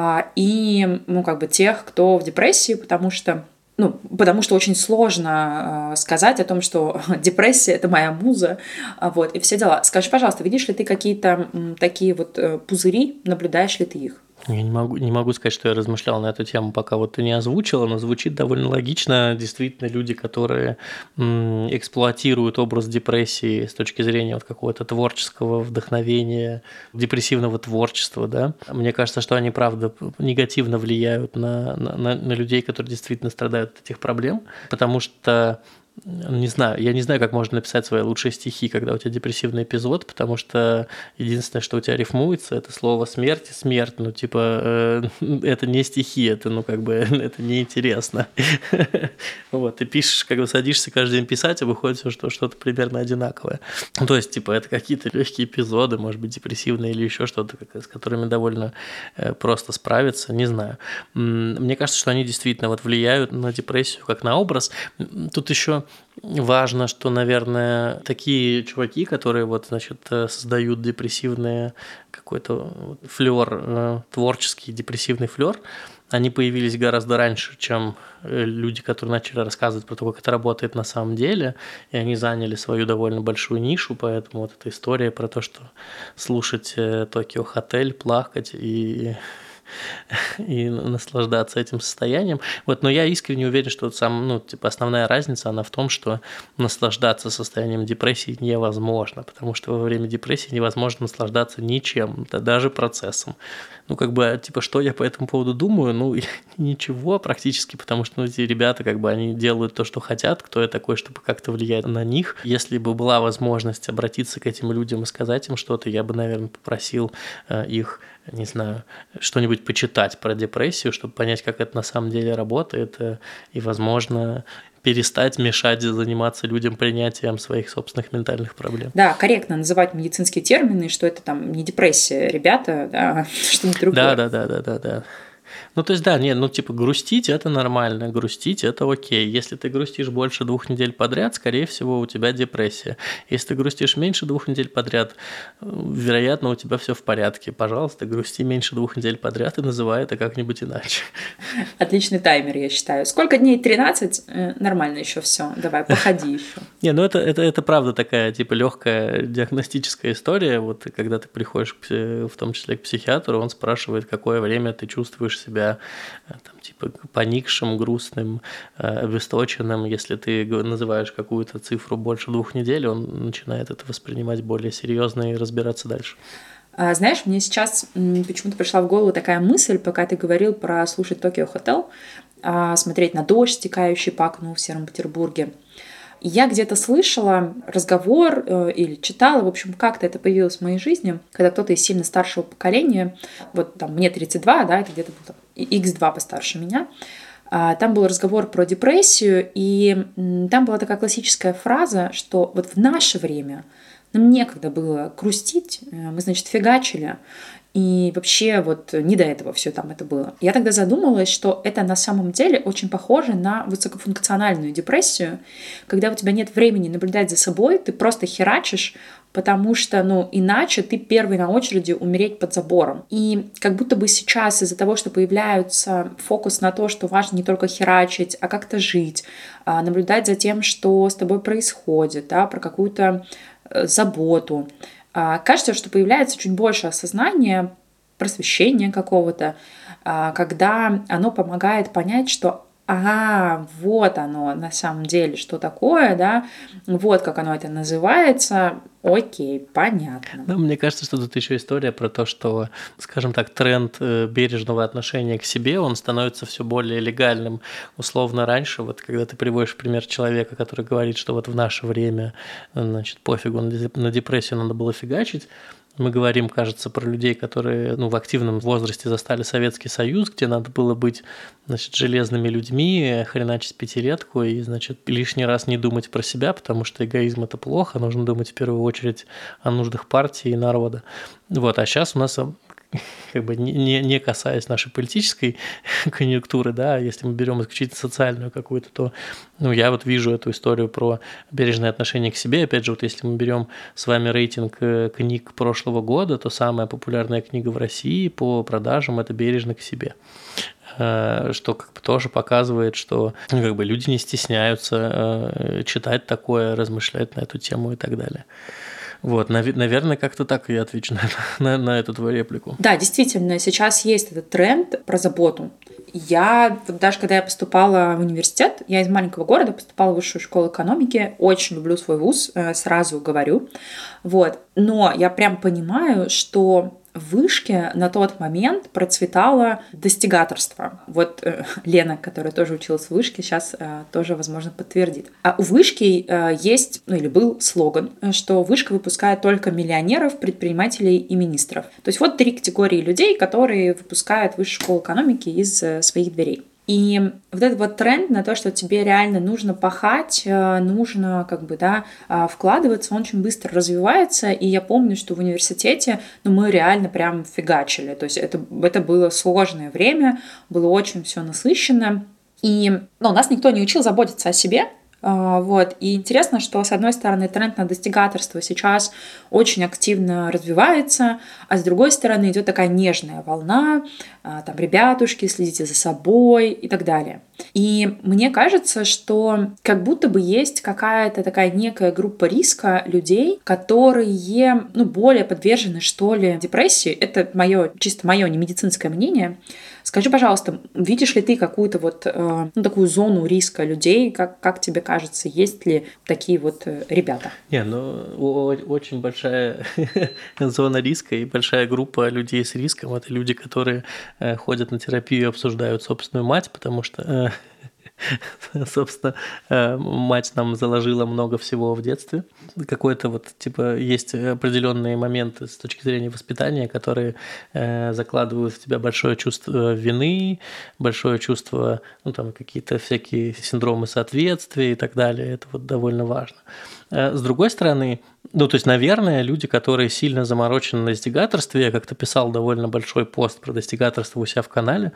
и тех, кто в депрессии, потому что очень сложно сказать о том, что депрессия – это моя муза, вот, и все дела. Скажи, пожалуйста, видишь ли ты какие-то такие вот пузыри, наблюдаешь ли ты их? Я не могу сказать, что я размышлял на эту тему, пока вот ты не озвучила, но звучит довольно логично. Действительно, люди, которые эксплуатируют образ депрессии с точки зрения вот какого-то творческого вдохновения, депрессивного творчества, да, мне кажется, что они, правда, негативно влияют на людей, которые действительно страдают от этих проблем, потому что я не знаю, как можно написать свои лучшие стихи, когда у тебя депрессивный эпизод, потому что единственное, что у тебя рифмуется, это слово смерть и смерть. Ну, типа, это не стихи, это, ну, как бы, это неинтересно. Вот, ты пишешь, как бы садишься каждый день писать, а выходит все, что что-то примерно одинаковое. То есть, типа, это какие-то легкие эпизоды, может быть, депрессивные или еще что-то, с которыми довольно просто справиться, не знаю. Мне кажется, что они действительно вот влияют на депрессию как на образ. Тут еще важно, что, наверное, такие чуваки, которые вот, значит, создают депрессивный какой-то флёр, творческий депрессивный флёр, они появились гораздо раньше, чем люди, которые начали рассказывать про то, как это работает на самом деле, и они заняли свою довольно большую нишу, поэтому вот эта история про то, что слушать Tokyo Hotel, плакать и наслаждаться этим состоянием. Вот, но я искренне уверен, что основная разница, она в том, что наслаждаться состоянием депрессии невозможно, потому что во время депрессии невозможно наслаждаться ничем, да, даже процессом. Ну, как бы, типа, что я по этому поводу думаю? Ну, ничего практически, потому что, эти ребята, как бы, они делают то, что хотят, кто я такой, чтобы как-то влиять на них. Если бы была возможность обратиться к этим людям и сказать им что-то, я бы, наверное, попросил их, не знаю, что-нибудь почитать про депрессию, чтобы понять, как это на самом деле работает, и, возможно, перестать мешать заниматься людям принятием своих собственных ментальных проблем. Да, корректно называть медицинские термины, что это там не депрессия, ребята, да, что-нибудь другое. Да. Ну, то есть, да, грустить – это нормально, грустить – это окей. Если ты грустишь больше 2 недель подряд, скорее всего, у тебя депрессия. Если ты грустишь меньше 2 недель подряд, вероятно, у тебя все в порядке. Пожалуйста, грусти меньше 2 недель подряд и называй это как-нибудь иначе. Отличный таймер, я считаю. Сколько дней? 13? Нормально еще все. Давай, походи еще. Не, ну это правда такая, типа, легкая диагностическая история. Вот когда ты приходишь, в том числе к психиатру, он спрашивает, какое время ты чувствуешь себя там, типа, поникшим, грустным, обесточенным. Если ты называешь какую-то цифру больше 2 недель, он начинает это воспринимать более серьезно и разбираться дальше. Знаешь, мне сейчас почему-то пришла в голову такая мысль, пока ты говорил про слушать Tokyo Hotel, смотреть на дождь, стекающий по окну в сером Петербурге. Я где-то слышала разговор или читала, в общем, как-то это появилось в моей жизни, когда кто-то из сильно старшего поколения, вот там мне 32, да, это где-то был X2 постарше меня, там был разговор про депрессию, и там была такая классическая фраза, что вот в наше время нам некогда было грустить, мы, значит, фигачили, и вообще вот не до этого все там это было. Я тогда задумалась, что это на самом деле очень похоже на высокофункциональную депрессию, когда у тебя нет времени наблюдать за собой, ты просто херачишь, потому что, иначе ты первый на очереди умереть под забором. И как будто бы сейчас из-за того, что появляется фокус на то, что важно не только херачить, а как-то жить, наблюдать за тем, что с тобой происходит, да, про какую-то заботу, кажется, что появляется чуть больше осознания, просвещения какого-то, когда оно помогает понять, что вот оно на самом деле, что такое, да, вот как оно это называется, окей, понятно. Ну, мне кажется, что тут еще история про то, что, скажем так, тренд бережного отношения к себе, он становится все более легальным. Условно раньше, вот когда ты приводишь в пример человека, который говорит, что вот в наше время, значит, пофигу, на депрессию надо было фигачить, мы говорим, кажется, про людей, которые в активном возрасте застали Советский Союз, где надо было быть, значит, железными людьми, хреначить пятилетку и, значит, лишний раз не думать про себя, потому что эгоизм – это плохо, нужно думать в первую очередь о нуждах партии и народа. Вот, а сейчас у нас, как бы не касаясь нашей политической конъюнктуры, да, если мы берем исключительно социальную какую-то, то я вот вижу эту историю про бережное отношение к себе. Опять же, вот если мы берем с вами рейтинг книг прошлого года, то самая популярная книга в России по продажам – это «Бережно к себе», что как бы тоже показывает, что как бы люди не стесняются читать такое, размышлять на эту тему и так далее. Вот, наверное, как-то так я отвечу на эту твою реплику. Да, действительно, сейчас есть этот тренд про заботу. Я, даже когда я поступала в университет, я из маленького города поступала в высшую школу экономики, очень люблю свой вуз, сразу говорю, вот. Но я прям понимаю, что в вышке на тот момент процветало достигаторство. Вот Лена, которая тоже училась в вышке, сейчас тоже, возможно, подтвердит. А у вышки есть, или был слоган, что вышка выпускает только миллионеров, предпринимателей и министров. То есть вот 3 категории людей, которые выпускают высшую школу экономики из своих дверей. И вот этот вот тренд на то, что тебе реально нужно пахать, нужно вкладываться, он очень быстро развивается. И я помню, что в университете мы реально прям фигачили. То есть это было сложное время, было очень все насыщенно. И нас никто не учил заботиться о себе. Вот. И интересно, что, с одной стороны, тренд на достигаторство сейчас очень активно развивается, а с другой стороны идет такая нежная волна, там, ребятушки, следите за собой и так далее. И мне кажется, что как будто бы есть какая-то такая некая группа риска людей, которые, более подвержены, что ли, депрессии. Это чисто мое не медицинское мнение. Скажи, пожалуйста, видишь ли ты какую-то такую зону риска людей? Как тебе кажется, есть ли такие ребята? Очень большая зона риска и большая группа людей с риском. Это люди, которые ходят на терапию и обсуждают собственную мать, потому что собственно, мать нам заложила много всего в детстве. Какой-то есть определенные моменты с точки зрения воспитания, которые закладывают в тебя большое чувство вины, большое чувство, какие-то всякие синдромы соответствия и так далее. Это довольно важно. С другой стороны, наверное, люди, которые сильно заморочены на достигаторстве, я как-то писал довольно большой пост про достигаторство у себя в канале,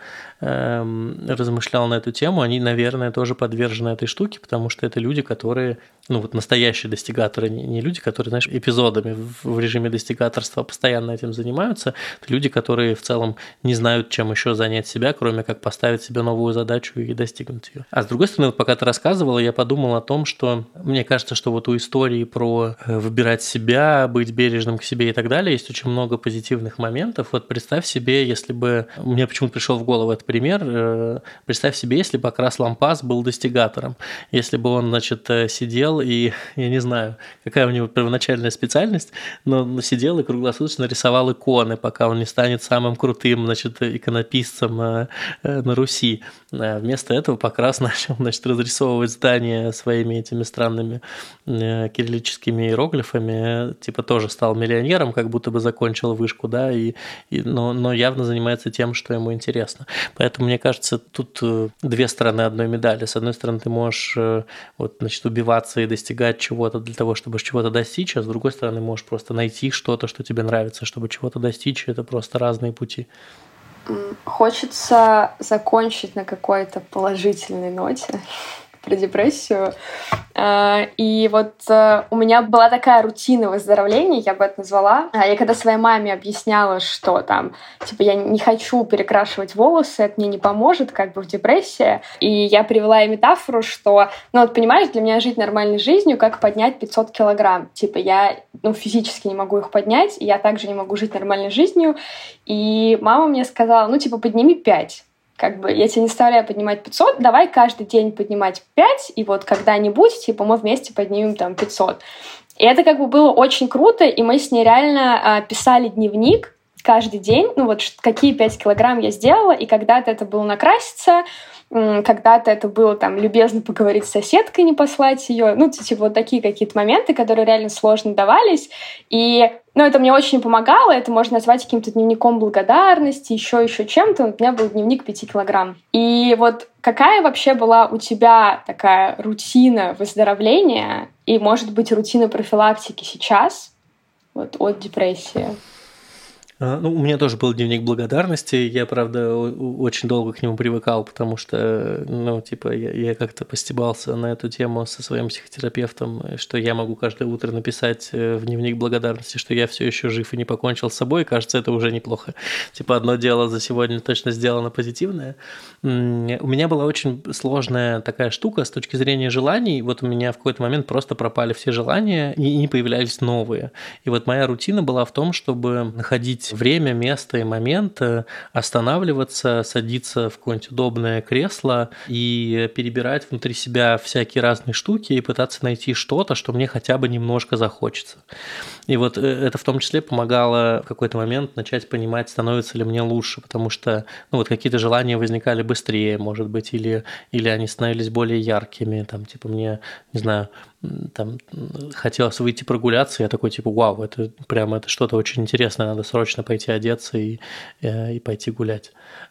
размышлял на эту тему, они, наверное, тоже подвержены этой штуке, потому что это люди, которые, настоящие достигаторы, не люди, которые, знаешь, эпизодами в режиме достигаторства постоянно этим занимаются, это люди, которые в целом не знают, чем еще занять себя, кроме как поставить себе новую задачу и достигнуть ее. А с другой стороны, пока ты рассказывала, я подумал о том, что мне кажется, что у истории про выбирать себя, быть бережным к себе и так далее есть очень много позитивных моментов. Вот представь себе, если бы... Мне почему-то пришел в голову этот пример. Представь себе, если бы Акрас Лампас был достигатором. Если бы он, сидел и, я не знаю, какая у него первоначальная специальность, но сидел и круглосуточно рисовал иконы, пока он не станет самым крутым, иконописцем на Руси. Вместо этого Покрас начал, разрисовывать здания своими этими странными кириллическими иероглифами, тоже стал миллионером, как будто бы закончил вышку, да, но явно занимается тем, что ему интересно. Поэтому, мне кажется, тут 2 стороны одной медали. С одной стороны, ты можешь убиваться и достигать чего-то для того, чтобы чего-то достичь, а с другой стороны, можешь просто найти что-то, что тебе нравится, чтобы чего-то достичь. Это просто разные пути. Хочется закончить на какой-то положительной ноте про депрессию. И у меня была такая рутина выздоровления, я бы это назвала. Я когда своей маме объясняла, что я не хочу перекрашивать волосы, это мне не поможет, в депрессии. И я привела ей метафору, что, понимаешь, для меня жить нормальной жизнью, как поднять 500 килограмм. Я, физически не могу их поднять, и я также не могу жить нормальной жизнью. И мама мне сказала, подними 5. Я тебе не заставляю поднимать 500, давай каждый день поднимать 5, и когда-нибудь, мы вместе поднимем 500. И это было очень круто, и мы с ней реально писали дневник каждый день, какие 5 килограмм я сделала, и когда-то это было накраситься, когда-то это было любезно поговорить с соседкой, не послать ее, такие какие-то моменты, которые реально сложно давались, и это мне очень помогало, это можно назвать каким-то дневником благодарности, еще чем-то. У меня был дневник 5 килограмм. И какая вообще была у тебя такая рутина выздоровления и, может быть, рутина профилактики сейчас от депрессии? Ну, у меня тоже был дневник благодарности. Я, правда, очень долго к нему привыкал, потому что, ну, типа, я как-то постебался на эту тему со своим психотерапевтом, что я могу каждое утро написать в дневник благодарности, что я все еще жив и не покончил с собой. Кажется, это уже неплохо. Типа, одно дело за сегодня точно сделано позитивное. У меня была очень сложная такая штука с точки зрения желаний. Вот у меня в какой-то момент просто пропали все желания и не появлялись новые. И вот моя рутина была в том, чтобы находить время, место и момент, останавливаться, садиться в какое-нибудь удобное кресло и перебирать внутри себя всякие разные штуки и пытаться найти что-то, что мне хотя бы немножко захочется. И вот это в том числе помогало в какой-то момент начать понимать, становится ли мне лучше, потому что ну, вот какие-то желания возникали быстрее, может быть, или они становились более яркими, там, типа, мне, не знаю, там, хотелось выйти прогуляться, я такой, типа, вау, это прямо это что-то очень интересное, надо срочно пойти одеться и пойти гулять.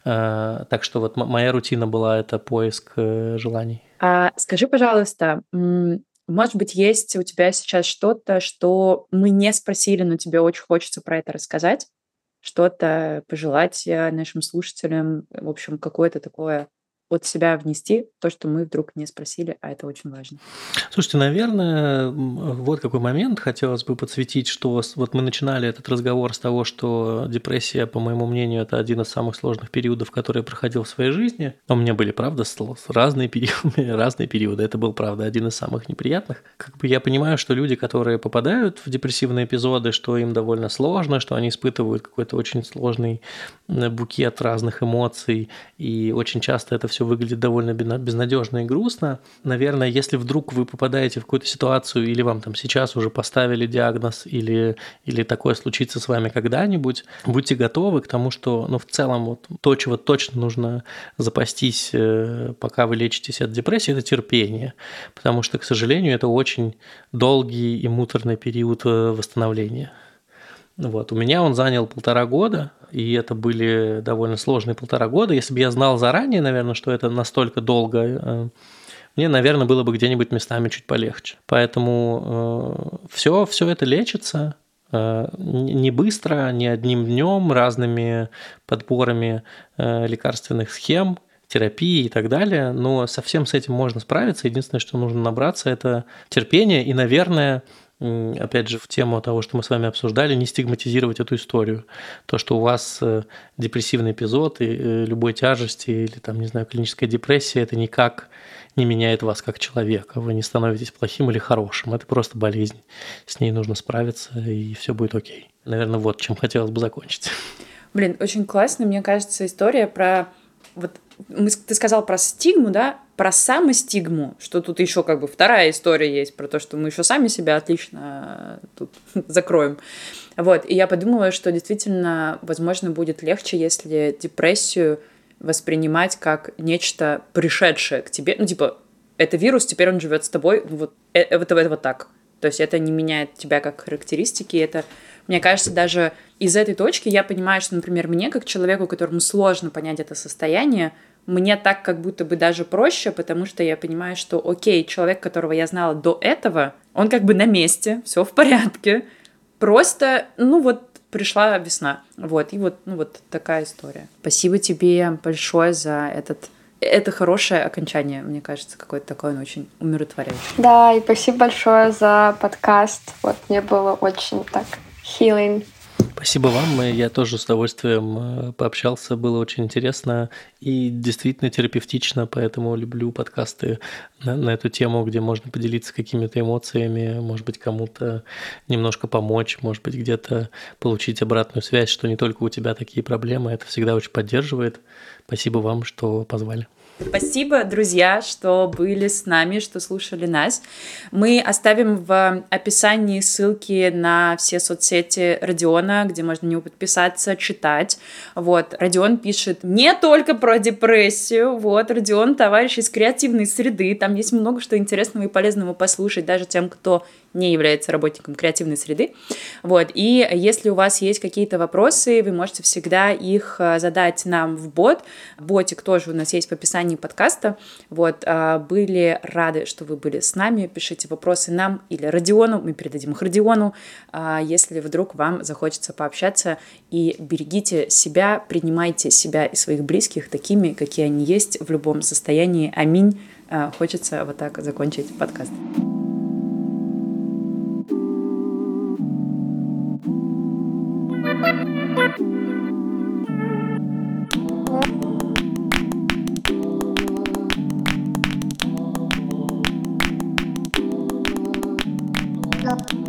Так что вот моя рутина была это поиск желаний. Скажи, пожалуйста, может быть, есть у тебя сейчас что-то, что мы не спросили, но тебе очень хочется про это рассказать? Что-то пожелать нашим слушателям, в общем, какое-то такое от себя внести, то, что мы вдруг не спросили, а это очень важно. Слушайте, наверное, вот какой момент хотелось бы подсветить, что вот мы начинали этот разговор с того, что депрессия, по моему мнению, это один из самых сложных периодов, которые я проходил в своей жизни. Но у меня были, правда, разные периоды. Это был, правда, один из самых неприятных. Как бы я понимаю, что люди, которые попадают в депрессивные эпизоды, что им довольно сложно, что они испытывают какой-то очень сложный букет разных эмоций, и очень часто это все выглядит довольно безнадежно и грустно. Наверное, если вдруг вы попадаете в какую-то ситуацию, или вам там сейчас уже поставили диагноз, или такое случится с вами когда-нибудь, будьте готовы к тому, что, ну, в целом, вот то, чего точно нужно запастись, пока вы лечитесь от депрессии, это терпение. Потому что, к сожалению, это очень долгий и муторный период восстановления. Вот. У меня он занял 1,5 года, и это были довольно сложные 1,5 года. Если бы я знал заранее, наверное, что это настолько долго, мне, наверное, было бы где-нибудь местами чуть полегче. Поэтому все это лечится не быстро, не одним днем, разными подборами лекарственных схем, терапии и так далее, но совсем с этим можно справиться. Единственное, что нужно набраться, это терпение и, наверное, опять же, в тему того, что мы с вами обсуждали, не стигматизировать эту историю. То, что у вас депрессивный эпизод и любой тяжести или, там, не знаю, клиническая депрессия, это никак не меняет вас как человека. Вы не становитесь плохим или хорошим. Это просто болезнь. С ней нужно справиться, и все будет окей. Наверное, вот чем хотелось бы закончить. Блин, очень классно, мне кажется, история про... Вот ты сказал про стигму, да? Про самостигму, что тут еще как бы вторая история есть, про то, что мы еще сами себя отлично тут закроем. Вот, и я подумала, что действительно, возможно, будет легче, если депрессию воспринимать как нечто пришедшее к тебе. Ну, типа, это вирус, теперь он живет с тобой, ну вот, это вот так. То есть это не меняет тебя как характеристики, это... Мне кажется, даже из этой точки я понимаю, что, например, мне, как человеку, которому сложно понять это состояние, мне так как будто бы даже проще, потому что я понимаю, что окей, человек, которого я знала до этого, он как бы на месте, все в порядке, просто, ну вот, пришла весна. Вот, и вот, ну вот такая история. Спасибо тебе большое за это хорошее окончание, мне кажется, какое-то такое, очень умиротворяющее. Да, и спасибо большое за подкаст. Вот, мне было очень так healing. Спасибо вам, я тоже с удовольствием пообщался, было очень интересно и действительно терапевтично, поэтому люблю подкасты на эту тему, где можно поделиться какими-то эмоциями, может быть, кому-то немножко помочь, может быть, где-то получить обратную связь, что не только у тебя такие проблемы, это всегда очень поддерживает. Спасибо вам, что позвали. Спасибо, друзья, что были с нами, что слушали нас. Мы оставим в описании ссылки на все соцсети Родиона, где можно на него подписаться, читать. Вот, Родион пишет не только про депрессию. Вот, Родион — товарищ из креативной среды. Там есть много что интересного и полезного послушать, даже тем, кто не является работником креативной среды. Вот. И если у вас есть какие-то вопросы, вы можете всегда их задать нам в бот. Ботик тоже у нас есть в описании подкаста. Вот. Были рады, что вы были с нами. Пишите вопросы нам или Родиону. Мы передадим их Родиону, если вдруг вам захочется пообщаться. И берегите себя, принимайте себя и своих близких такими, какие они есть в любом состоянии. Аминь. Хочется вот так закончить подкаст. No.